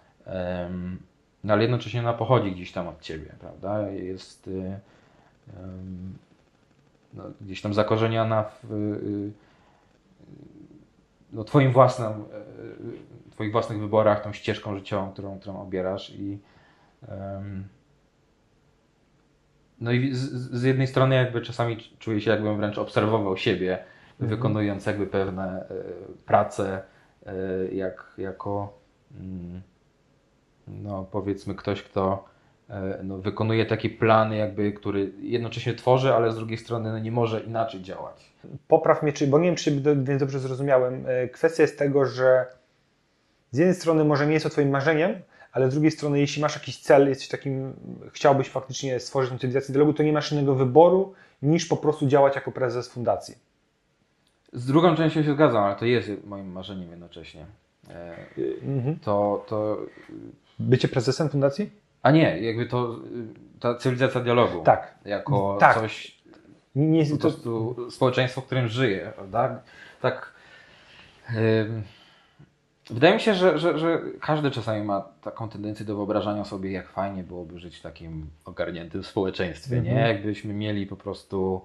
ale jednocześnie ona pochodzi gdzieś tam od ciebie, prawda? Jest gdzieś tam zakorzeniona w twoich własnych wyborach, tą ścieżką życiową, którą obierasz i i z jednej strony jakby czasami czuję się, jakbym wręcz obserwował siebie, wykonując jakby pewne prace jako powiedzmy ktoś, kto wykonuje taki plan jakby, który jednocześnie tworzy, ale z drugiej strony nie może inaczej działać. Popraw mnie, bo nie wiem, czy dobrze zrozumiałem. Kwestia jest tego, że z jednej strony może nie jest to twoim marzeniem, ale z drugiej strony, jeśli masz jakiś cel, jesteś takim, chciałbyś faktycznie stworzyć tę cywilizację dialogu, to nie masz innego wyboru, niż po prostu działać jako prezes fundacji. Z drugą częścią się zgadzam, ale to jest moim marzeniem jednocześnie. To Bycie prezesem fundacji? A nie, jakby ta cywilizacja dialogu. Tak. Jako tak. coś, Nie, po prostu społeczeństwo, w którym żyję, prawda? Tak. Wydaje mi się, że każdy czasami ma taką tendencję do wyobrażania sobie, jak fajnie byłoby żyć w takim ogarniętym społeczeństwie, nie? Jakbyśmy mieli po prostu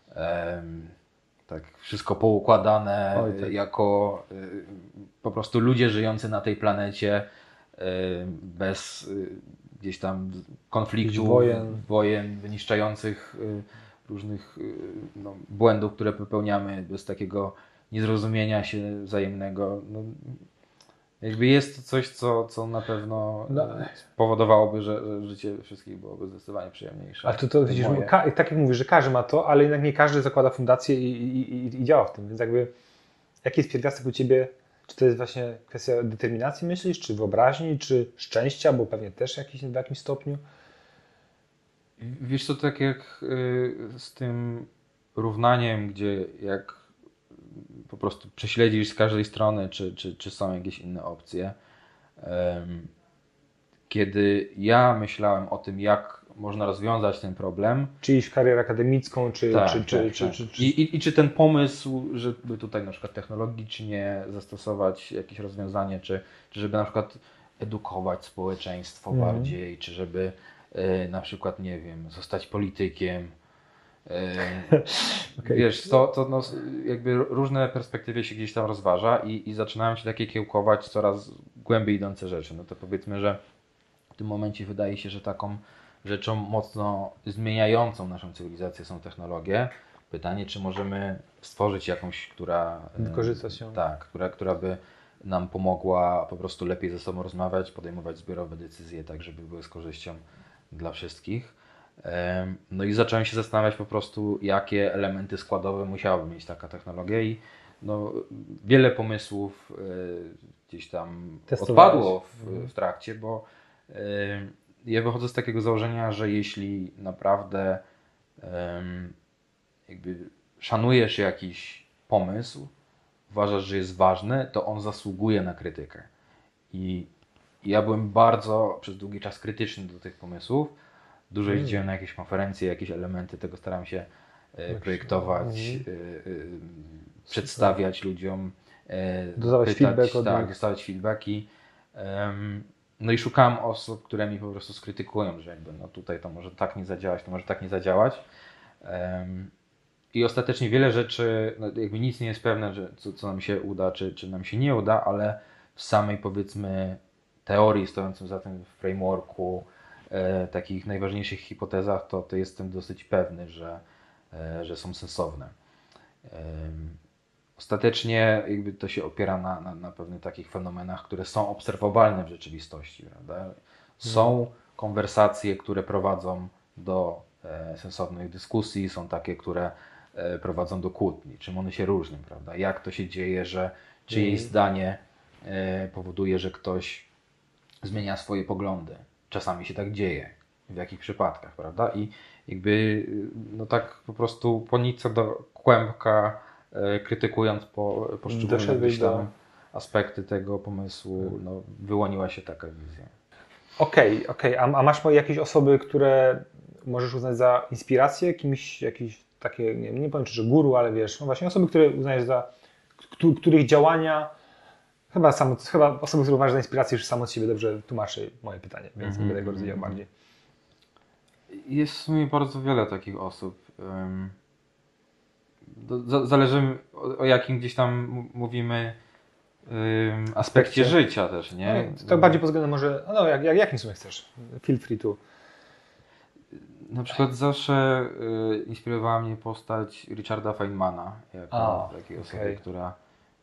tak wszystko poukładane jako po prostu ludzie żyjący na tej planecie bez gdzieś tam konfliktów, wojen wyniszczających różnych błędów, które popełniamy, bez takiego niezrozumienia się wzajemnego. No, jakby jest to coś, co na pewno spowodowałoby, że życie wszystkich byłoby zdecydowanie przyjemniejsze. Ale to widzisz, tak jak mówisz, że każdy ma to, ale jednak nie każdy zakłada fundację i działa w tym. Więc jakby, jaki jest pierwiastek u Ciebie? Czy to jest właśnie kwestia determinacji, myślisz, czy wyobraźni, czy szczęścia, bo pewnie też w jakimś stopniu? Wiesz co, tak jak z tym równaniem, gdzie jak po prostu prześledzisz z każdej strony, czy są jakieś inne opcje. Kiedy ja myślałem o tym, jak można rozwiązać ten problem. Czy iść w karierę akademicką, czy... I czy ten pomysł, żeby tutaj na przykład technologicznie zastosować jakieś rozwiązanie, czy żeby na przykład edukować społeczeństwo bardziej, czy żeby na przykład, nie wiem, zostać politykiem. Okay. Wiesz, to jakby różne perspektywy się gdzieś tam rozważa i zaczynają się takie kiełkować coraz głębiej idące rzeczy. No to powiedzmy, że w tym momencie wydaje się, że taką rzeczą mocno zmieniającą naszą cywilizację są technologie. Pytanie, czy możemy stworzyć jakąś, która wykorzysta się. Tak, która by nam pomogła po prostu lepiej ze sobą rozmawiać, podejmować zbiorowe decyzje, tak żeby były z korzyścią dla wszystkich. No i zacząłem się zastanawiać po prostu, jakie elementy składowe musiałaby mieć taka technologia i wiele pomysłów gdzieś tam odpadło w trakcie, bo ja wychodzę z takiego założenia, że jeśli naprawdę jakby szanujesz jakiś pomysł, uważasz, że jest ważny, to on zasługuje na krytykę. I ja byłem bardzo przez długi czas krytyczny do tych pomysłów. Dużo jeździłem na jakieś konferencje, jakieś elementy tego staram się projektować, przedstawiać ludziom, dostawać feedback od nich. dostawać feedbacki. No i szukałem osób, które mi po prostu skrytykują, że jakby tutaj to może tak nie zadziałać, to może tak nie zadziałać. I ostatecznie wiele rzeczy, jakby nic nie jest pewne, że co nam się uda, czy nam się nie uda, ale w samej powiedzmy teorii stojącym za tym frameworku, takich najważniejszych hipotezach, to jestem dosyć pewny, że są sensowne. Ostatecznie jakby to się opiera na pewnych takich fenomenach, które są obserwowalne w rzeczywistości. Prawda? Są konwersacje, które prowadzą do sensownych dyskusji, są takie, które prowadzą do kłótni. Czym one się różnią, prawda? Jak to się dzieje, że czyjeś zdanie powoduje, że ktoś zmienia swoje poglądy. Czasami się tak dzieje. W jakich przypadkach, prawda? I jakby tak po prostu po nitce do kłębka krytykując poszczególne aspekty tego pomysłu, wyłoniła się taka wizja. Okej. A masz jakieś osoby, które możesz uznać za inspirację? Jakieś takie, nie powiem czy że guru, ale wiesz, właśnie osoby, które uznajesz za, których działania chyba osoby, które uważasz za inspirację, już samo z siebie dobrze tłumaczy moje pytanie, więc nie będę go rozwijał bardziej. Jest w sumie bardzo wiele takich osób. Zależy o jakim gdzieś tam mówimy aspekcie życia też, nie? Tak bardziej pod względem może, jakim sumie chcesz? Feel free to. Na przykład zawsze inspirowała mnie postać Richarda Feynmana, jako takiej osoby, która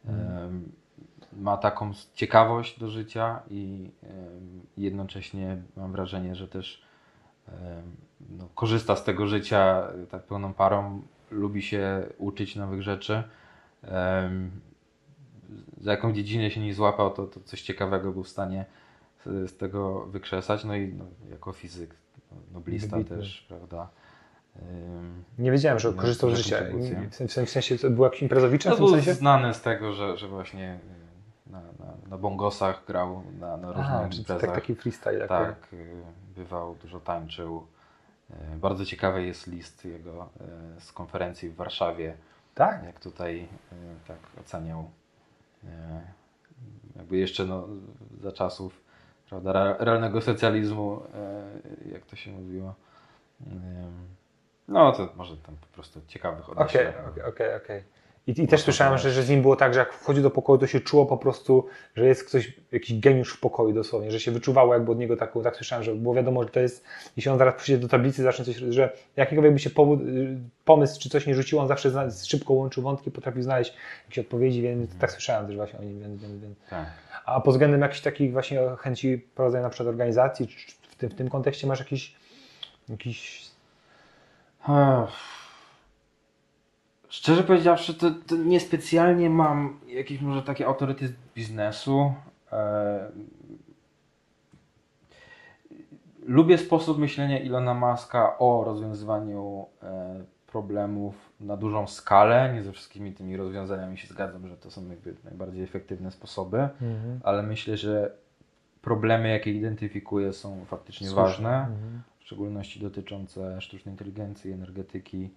ma taką ciekawość do życia i jednocześnie mam wrażenie, że też korzysta z tego życia tak pełną parą, lubi się uczyć nowych rzeczy. za jaką dziedzinę się nie złapał, to coś ciekawego był w stanie z tego wykrzesać. No i jako fizyk, noblista Wybitny. też, prawda. Nie wiedziałem, że Miał korzystał z duże życia. kontrybucje. W sensie to był jakiś imprezowiczem To w tym był sensie? znany z tego, że właśnie na bongosach grał na różnych imprezach. Taki freestyle. Tak, bywał, dużo tańczył. Bardzo ciekawy jest list jego z konferencji w Warszawie. Tak? Jak tutaj tak oceniał jakby jeszcze za czasów, prawda, realnego socjalizmu, jak to się mówiło. No to może tam po prostu ciekawych odniesień. Okej. I też słyszałem, że z nim było tak, że jak wchodził do pokoju, to się czuło po prostu, że jest ktoś, jakiś geniusz w pokoju dosłownie, że się wyczuwało jakby od niego tak słyszałem, że było wiadomo, że to jest, jeśli on zaraz przyjdzie do tablicy, zacznie coś, że jakikolwiek by się pomysł czy coś nie rzuciło, on zawsze szybko łączył wątki, potrafił znaleźć jakieś odpowiedzi, więc tak słyszałem też właśnie o nim. Więc. Tak. A pod względem jakichś takich właśnie chęci prowadzenia na przykład organizacji, czy w tym kontekście masz jakiś... Szczerze powiedziawszy, to niespecjalnie mam jakiś może taki autorytet biznesu. Lubię sposób myślenia Ilona Muska o rozwiązywaniu problemów na dużą skalę. Nie ze wszystkimi tymi rozwiązaniami się zgadzam, że to są jakby najbardziej efektywne sposoby, ale myślę, że problemy, jakie identyfikuje, są faktycznie ważne, w szczególności dotyczące sztucznej inteligencji, energetyki,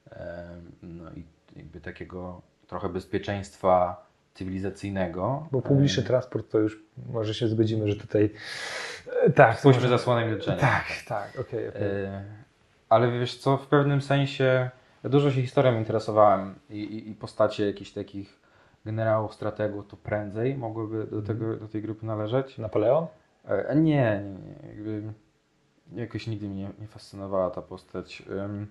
no i jakby takiego trochę bezpieczeństwa cywilizacyjnego. Bo publiczny transport to już może się zgodzimy, że tutaj tak. Spójrzmy zasłonem milczenia. Tak, okej. Ale wiesz co, w pewnym sensie ja dużo się historią interesowałem i postacie jakichś takich generałów, strategów to prędzej mogłyby do tej grupy należeć. Napoleon? Nie. Jakby jakoś nigdy mnie nie fascynowała ta postać.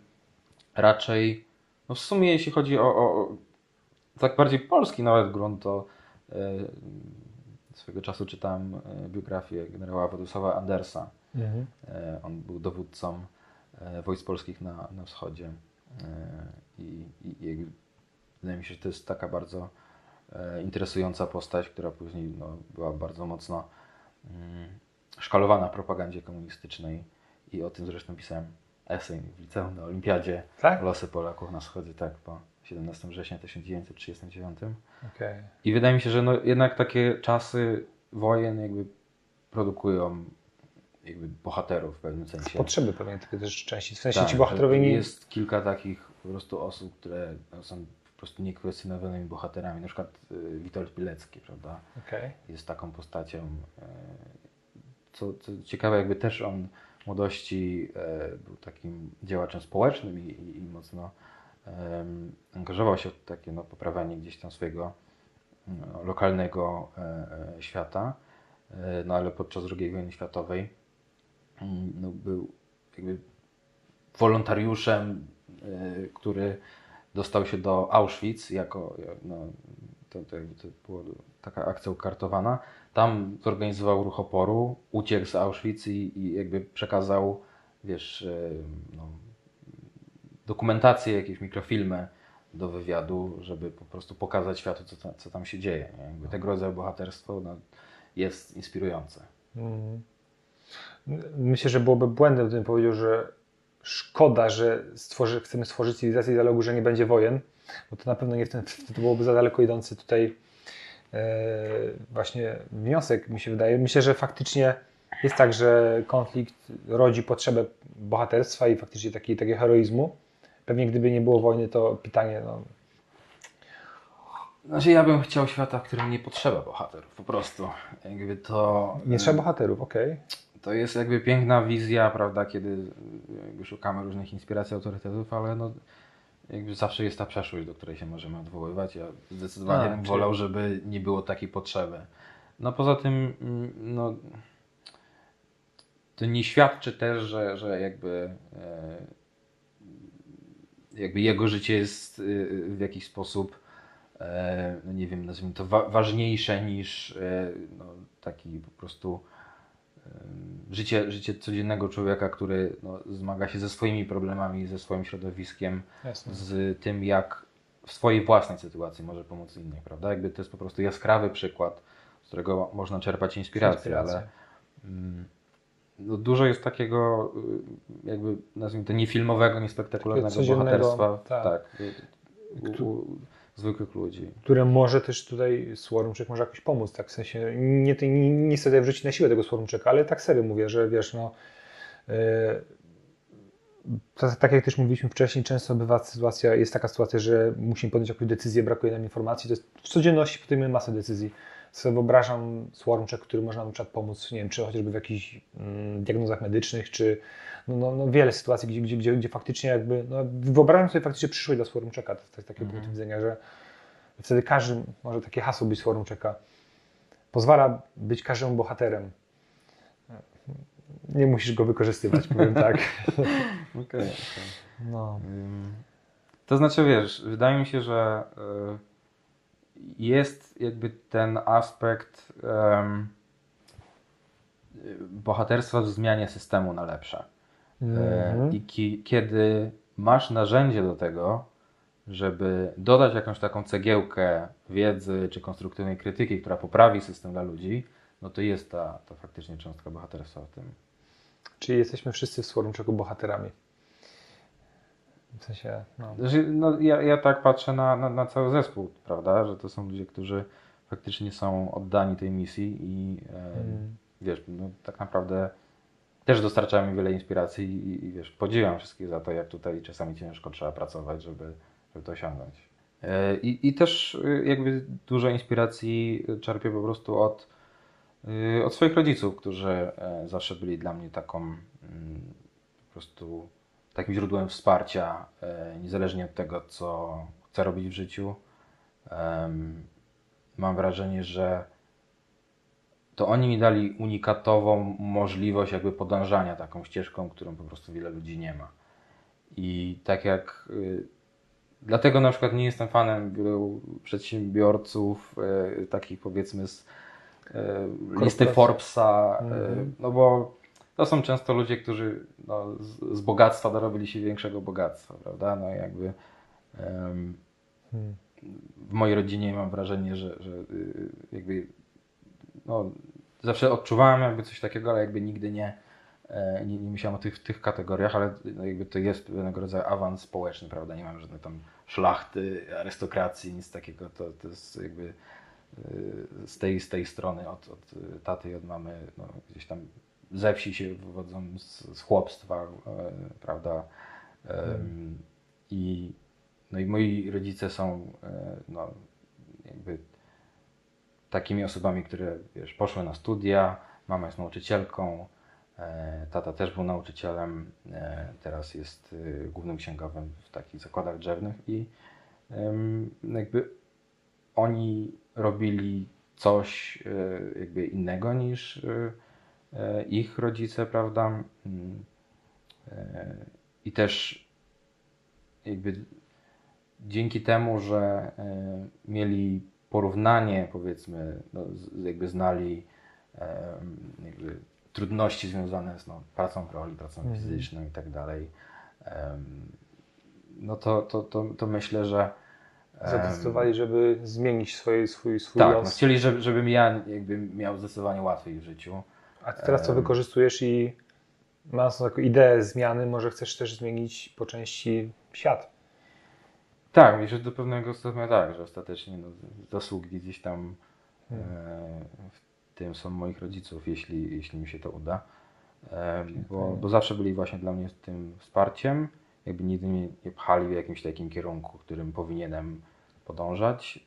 Raczej, no w sumie jeśli chodzi o tak bardziej polski nawet grunt, to swego czasu czytałem biografię generała Władysława Andersa. On był dowódcą wojsk polskich na wschodzie i wydaje mi się, że to jest taka bardzo interesująca postać, która później była bardzo mocno szkalowana w propagandzie komunistycznej i o tym zresztą pisałem esej w liceum na olimpiadzie. Tak? Losy Polaków na wschodzie, tak, po 17 września 1939. Okay. I wydaje mi się, że jednak takie czasy wojen jakby produkują jakby bohaterów w pewnym sensie. Z potrzeby pewnie też części. W sensie tak, ci bohaterowie nie... Jest kilka takich po prostu osób, które są po prostu niekwestionowanymi bohaterami. Na przykład Witold Pilecki, prawda? Okay. Jest taką postacią. Co ciekawe, jakby też on w młodości był takim działaczem społecznym i mocno angażował się w takie poprawianie gdzieś tam swojego lokalnego świata. No ale podczas II wojny światowej był jakby wolontariuszem, który dostał się do Auschwitz jako, to była taka akcja ukartowana. Tam zorganizował ruch oporu, uciekł z Auschwitz i jakby przekazał, wiesz, dokumentację, jakieś mikrofilmy do wywiadu, żeby po prostu pokazać światu, co tam się dzieje. Nie? Jakby tego rodzaju bohaterstwo jest inspirujące. Myślę, że byłoby błędem, gdybym powiedział, że szkoda, że chcemy stworzyć cywilizację dialogu, że nie będzie wojen, bo to na pewno nie to byłoby za daleko idący tutaj właśnie wniosek, mi się wydaje. Myślę, że faktycznie jest tak, że konflikt rodzi potrzebę bohaterstwa i faktycznie takiego heroizmu. Pewnie gdyby nie było wojny, to pytanie... Znaczy ja bym chciał świata, w którym nie potrzeba bohaterów, po prostu. Jakby to... Nie trzeba bohaterów, okej. To jest jakby piękna wizja, prawda, kiedy jakby szukamy różnych inspiracji, autorytetów, ale jakby zawsze jest ta przeszłość, do której się możemy odwoływać. Ja zdecydowanie bym wolał, żeby nie było takiej potrzeby. Poza tym, to nie świadczy też, że jakby jego życie jest w jakiś sposób, nie wiem, nazwijmy to ważniejsze niż taki po prostu życie codziennego człowieka, który zmaga się ze swoimi problemami, ze swoim środowiskiem, Jasne. z tym, jak w swojej własnej sytuacji może pomóc innej, prawda? Jakby to jest po prostu jaskrawy przykład, z którego można czerpać inspirację, ale no, dużo jest takiego jakby, nazwijmy to, niefilmowego, niespektakularnego bohaterstwa. Tak. Zwykłych ludzi. Które może też tutaj Słorumczyk może jakoś pomóc, tak w sensie, nie chcę tutaj wrzucić na siłę tego Słorumczyka, ale tak serio mówię, że wiesz, no tak jak też mówiliśmy wcześniej, często bywa sytuacja, jest taka sytuacja, że musimy podjąć jakąś decyzję, brakuje nam informacji, to jest w codzienności podejmujemy masę decyzji. Sobie wyobrażam Słorumczyk, który może nam na przykład pomóc, nie wiem, czy chociażby w jakichś diagnozach medycznych, czy no wiele sytuacji, gdzie faktycznie jakby, no wyobrażam sobie faktycznie przyszłość dla Słorumczyka, to jest takie punktu widzenia, że wtedy każdy, może takie hasło być Słorumczyka, pozwala być każdemu bohaterem. Nie musisz go wykorzystywać, powiem tak. Okej. No. To znaczy, wiesz, wydaje mi się, że jest jakby ten aspekt bohaterstwa w zmianie systemu na lepsze. I kiedy masz narzędzie do tego, żeby dodać jakąś taką cegiełkę wiedzy czy konstruktywnej krytyki, która poprawi system dla ludzi, no to jest ta faktycznie cząstka bohaterstwa w tym. Czyli jesteśmy wszyscy w Słorumczyku bohaterami. W sensie, ja tak patrzę na cały zespół, prawda, że to są ludzie, którzy faktycznie są oddani tej misji i wiesz, no, tak naprawdę też dostarczają mi wiele inspiracji i wiesz, podziwiam wszystkich za to, jak tutaj czasami ciężko trzeba pracować, żeby to osiągnąć. I też jakby dużo inspiracji czerpię po prostu od swoich rodziców, którzy zawsze byli dla mnie taką po prostu takim źródłem wsparcia, niezależnie od tego, co chcę robić w życiu. Mam wrażenie, że to oni mi dali unikatową możliwość jakby podążania taką ścieżką, którą po prostu wiele ludzi nie ma. I tak jak dlatego na przykład nie jestem fanem wielu przedsiębiorców, takich powiedzmy z listy Forbesa, no bo to są często ludzie, którzy no, z bogactwa dorobili się większego bogactwa, prawda? No jakby w mojej rodzinie mam wrażenie, że jakby no, zawsze odczuwałem jakby coś takiego, ale jakby nigdy nie myślałem o tych kategoriach, ale no jakby to jest pewnego rodzaju awans społeczny, prawda? Nie mam żadnej tam szlachty, arystokracji, nic takiego. To jest jakby z tej strony od taty i od mamy, no, gdzieś tam ze wsi się wywodzą, z chłopstwa, prawda? I moi rodzice są no, jakby takimi osobami, które wiesz, poszły na studia, mama jest nauczycielką, tata też był nauczycielem, teraz jest głównym księgowym w takich zakładach drzewnych i jakby oni robili coś jakby innego niż ich rodzice, prawda? I też jakby dzięki temu, że mieli porównanie, powiedzmy, no, jakby znali jakby trudności związane z pracą w roli, pracą fizyczną i tak dalej, no to myślę, że zadecydowali, żeby zmienić swój tak, los. No chcieli, żebym ja jakby miał zdecydowanie łatwiej w życiu. A ty teraz co wykorzystujesz i mając taką ideę zmiany, może chcesz też zmienić po części świat. Tak, myślę, że do pewnego stopnia tak, że ostatecznie no, zasługi gdzieś tam w tym są moich rodziców, jeśli mi się to uda. Bo zawsze byli właśnie dla mnie tym wsparciem, jakby nigdy mnie nie pchali w jakimś takim kierunku, którym powinienem podążać.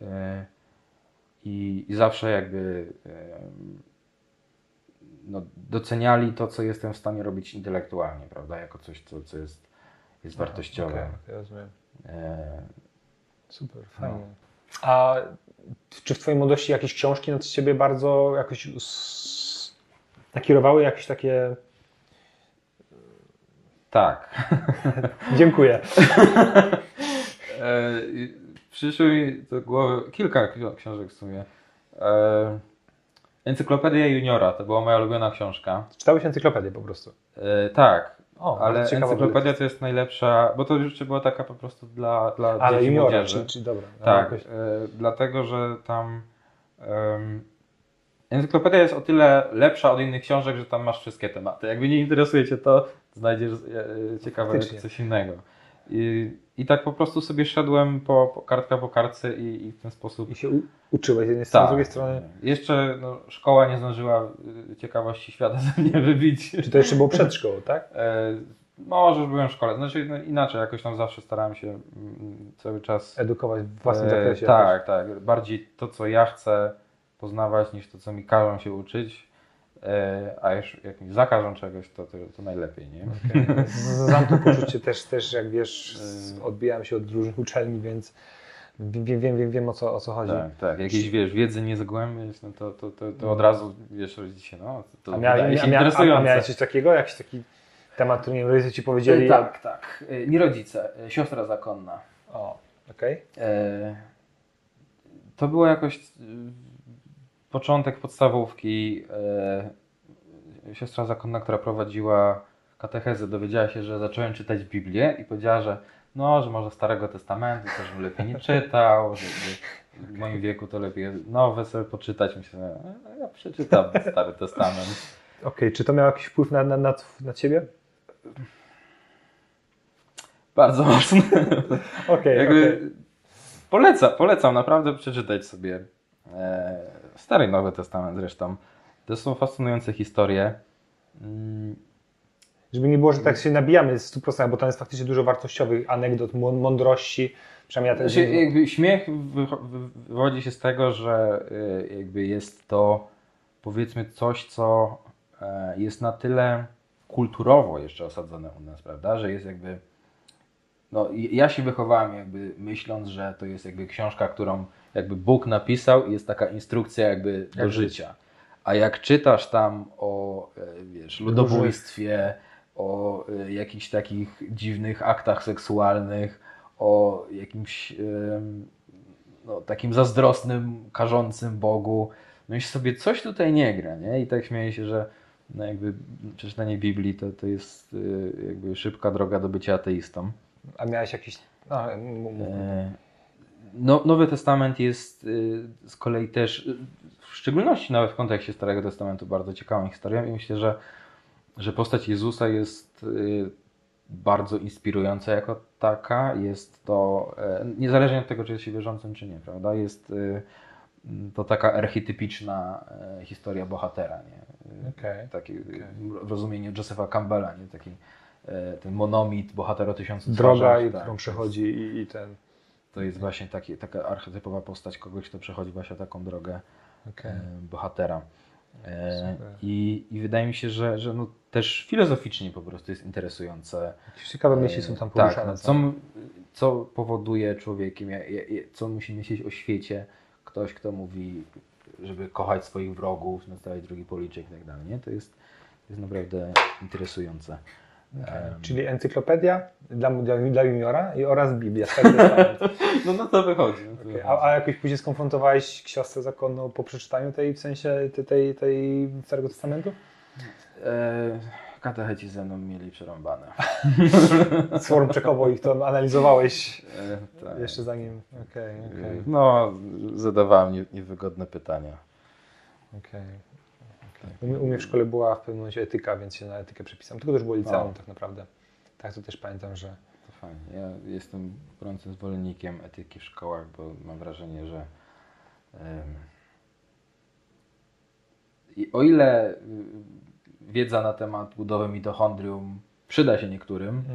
I zawsze jakby no, doceniali to, co jestem w stanie robić intelektualnie, prawda, jako coś, co jest wartościowe. Okay, rozumiem. Super, No. fajnie. A czy w twojej młodości jakieś książki nad ciebie bardzo jakoś nakierowały, jakieś takie... Tak. Dziękuję. Przyszło mi do głowy kilka książek w sumie. Encyklopedia Juniora, to była moja ulubiona książka. Czytałeś encyklopedię po prostu? Tak. ale bardzo ciekawa encyklopedia to jest najlepsza, bo to już była taka po prostu dla ale dzieci i juniora, młodzieży. czy dobra. Tak, Jakoś... dlatego, że tam encyklopedia jest o tyle lepsza od innych książek, że tam masz wszystkie tematy. Jakby nie interesuje Cię to, znajdziesz ciekawe Faktycznie. coś innego. I tak po prostu sobie szedłem kartka po kartce i w ten sposób... I się uczyłeś z jednej strony, z Tak. drugiej strony... Jeszcze szkoła nie zdążyła ciekawości świata ze mnie wybić. Czy to jeszcze było przed szkołą, tak? Może już byłem w szkole. Znaczy inaczej, jakoś tam zawsze starałem się cały czas... Edukować w własnym zakresie. Tak, tak. Bardziej to, co ja chcę poznawać, niż to, co mi każą się uczyć. A już jak mi zakażą czegoś, to najlepiej, nie? Okay. Znam to poczucie też, jak wiesz, odbijałem się od różnych uczelni, więc wiem o co chodzi. Tak, tak. Jakieś, wiesz, wiedzy nie zgłębić, no to od razu, wiesz, rodzicie, no, to wydaje się interesujące. A miałeś coś takiego? Jakiś taki temat, który nie rodzice ci powiedzieli? Tak. Nie rodzice, siostra zakonna. O, okej. To było jakoś początek podstawówki. Siostra zakonna, która prowadziła katechezę, dowiedziała się, że zacząłem czytać Biblię i powiedziała, że może Starego Testamentu, to żebym lepiej nie czytał, że w moim wieku to lepiej nowe sobie poczytać. Myślę, ja przeczytam Stary Testament. Okej, czy to miało jakiś wpływ na ciebie? Bardzo mocno. Okej. Polecam naprawdę przeczytać sobie Stary i Nowy Testament zresztą. To są fascynujące historie. Żeby nie było, że tak się nabijamy z 100%, bo tam jest faktycznie dużo wartościowych anegdot, mądrości. Przynajmniej ja też... Jakby śmiech wywodzi się z tego, że jakby jest to, powiedzmy, coś, co jest na tyle kulturowo jeszcze osadzone u nas, prawda, że jest jakby... No, ja się wychowałem jakby myśląc, że to jest jakby książka, którą jakby Bóg napisał i jest taka instrukcja jakby do życia. A jak czytasz tam o, wiesz, ludobójstwie, o jakichś takich dziwnych aktach seksualnych, o jakimś takim zazdrosnym, karzącym Bogu, no i sobie coś tutaj nie gra, nie? I tak śmieję się, że jakby przeczytanie Biblii to jest jakby szybka droga do bycia ateistą. A miałeś jakiś... Nowy Testament jest z kolei też, w szczególności nawet w kontekście Starego Testamentu, bardzo ciekawą historią i myślę, że postać Jezusa jest bardzo inspirująca jako taka. Jest to, niezależnie od tego, czy jest się wierzącym, czy nie, prawda? Jest to taka archetypiczna historia bohatera, nie? Takie w rozumieniu Josepha Campbella, nie? Taki ten monomit, bohater o 1000 droga, twarzach, którą przechodzi i ten... To jest właśnie taka archetypowa postać kogoś, kto przechodzi właśnie taką drogę bohatera. I wydaje mi się, że no też filozoficznie po prostu jest interesujące. Ciekawe myśli są tam poruszane. Tak, co powoduje człowiekiem, co musi myśleć o świecie. Ktoś, kto mówi, żeby kochać swoich wrogów, nastawiać drugi policzek i tak dalej. Nie? To jest naprawdę interesujące. Czyli encyklopedia dla juniora oraz Biblia. No to wychodzi. A jakoś później skonfrontowałeś siostrę zakonną po przeczytaniu tej, w sensie tej Starego Testamentu? Katecheci ze mną mieli przerąbane. Słowem czekowo ich to analizowałeś tak. jeszcze zanim... Okay. No, zadawałem niewygodne pytania. U mnie w szkole była w pewnym momencie etyka, więc się na etykę przepisałem. Tylko to już było liceum tak naprawdę. Tak, to też pamiętam, że... To fajnie. Ja jestem gorącym zwolennikiem etyki w szkołach, bo mam wrażenie, że o ile wiedza na temat budowy mitochondrium przyda się niektórym,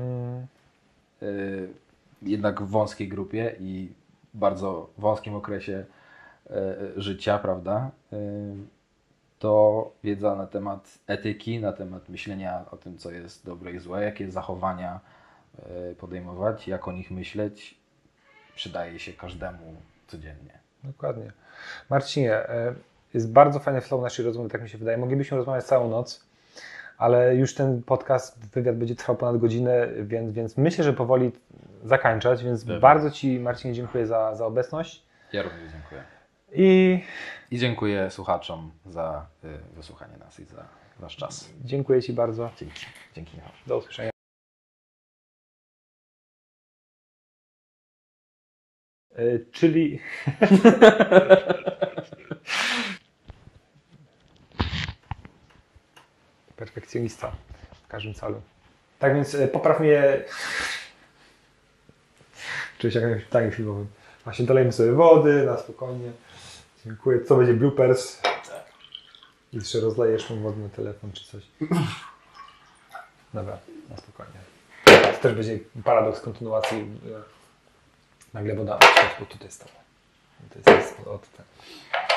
jednak w wąskiej grupie i bardzo wąskim okresie życia, prawda, to wiedza na temat etyki, na temat myślenia o tym, co jest dobre i złe, jakie zachowania podejmować, jak o nich myśleć, przydaje się każdemu codziennie. Dokładnie. Marcinie, jest bardzo fajny flow naszej rozmowy, tak mi się wydaje. Moglibyśmy rozmawiać całą noc, ale już ten podcast, wywiad będzie trwał ponad godzinę, więc myślę, że powoli zakończać, więc bardzo Ci, Marcinie, dziękuję za obecność. Ja również dziękuję. I dziękuję słuchaczom za wysłuchanie nas i za Wasz czas. Dziękuję Ci bardzo. Dzięki. Michał. Do usłyszenia. Czyli... Perfekcjonista w każdym celu. Tak więc popraw mnie... Czuję się jak na jakimś pytaniu filmowym. Właśnie dolejmy sobie wody, na spokojnie. Dziękuję. Co będzie bloopers? I jeszcze rozlejesz tą wodę na telefon czy coś. Dobra, na spokojnie. To też będzie paradoks kontynuacji. Nagle woda, bo tutaj stało. To jest od ten.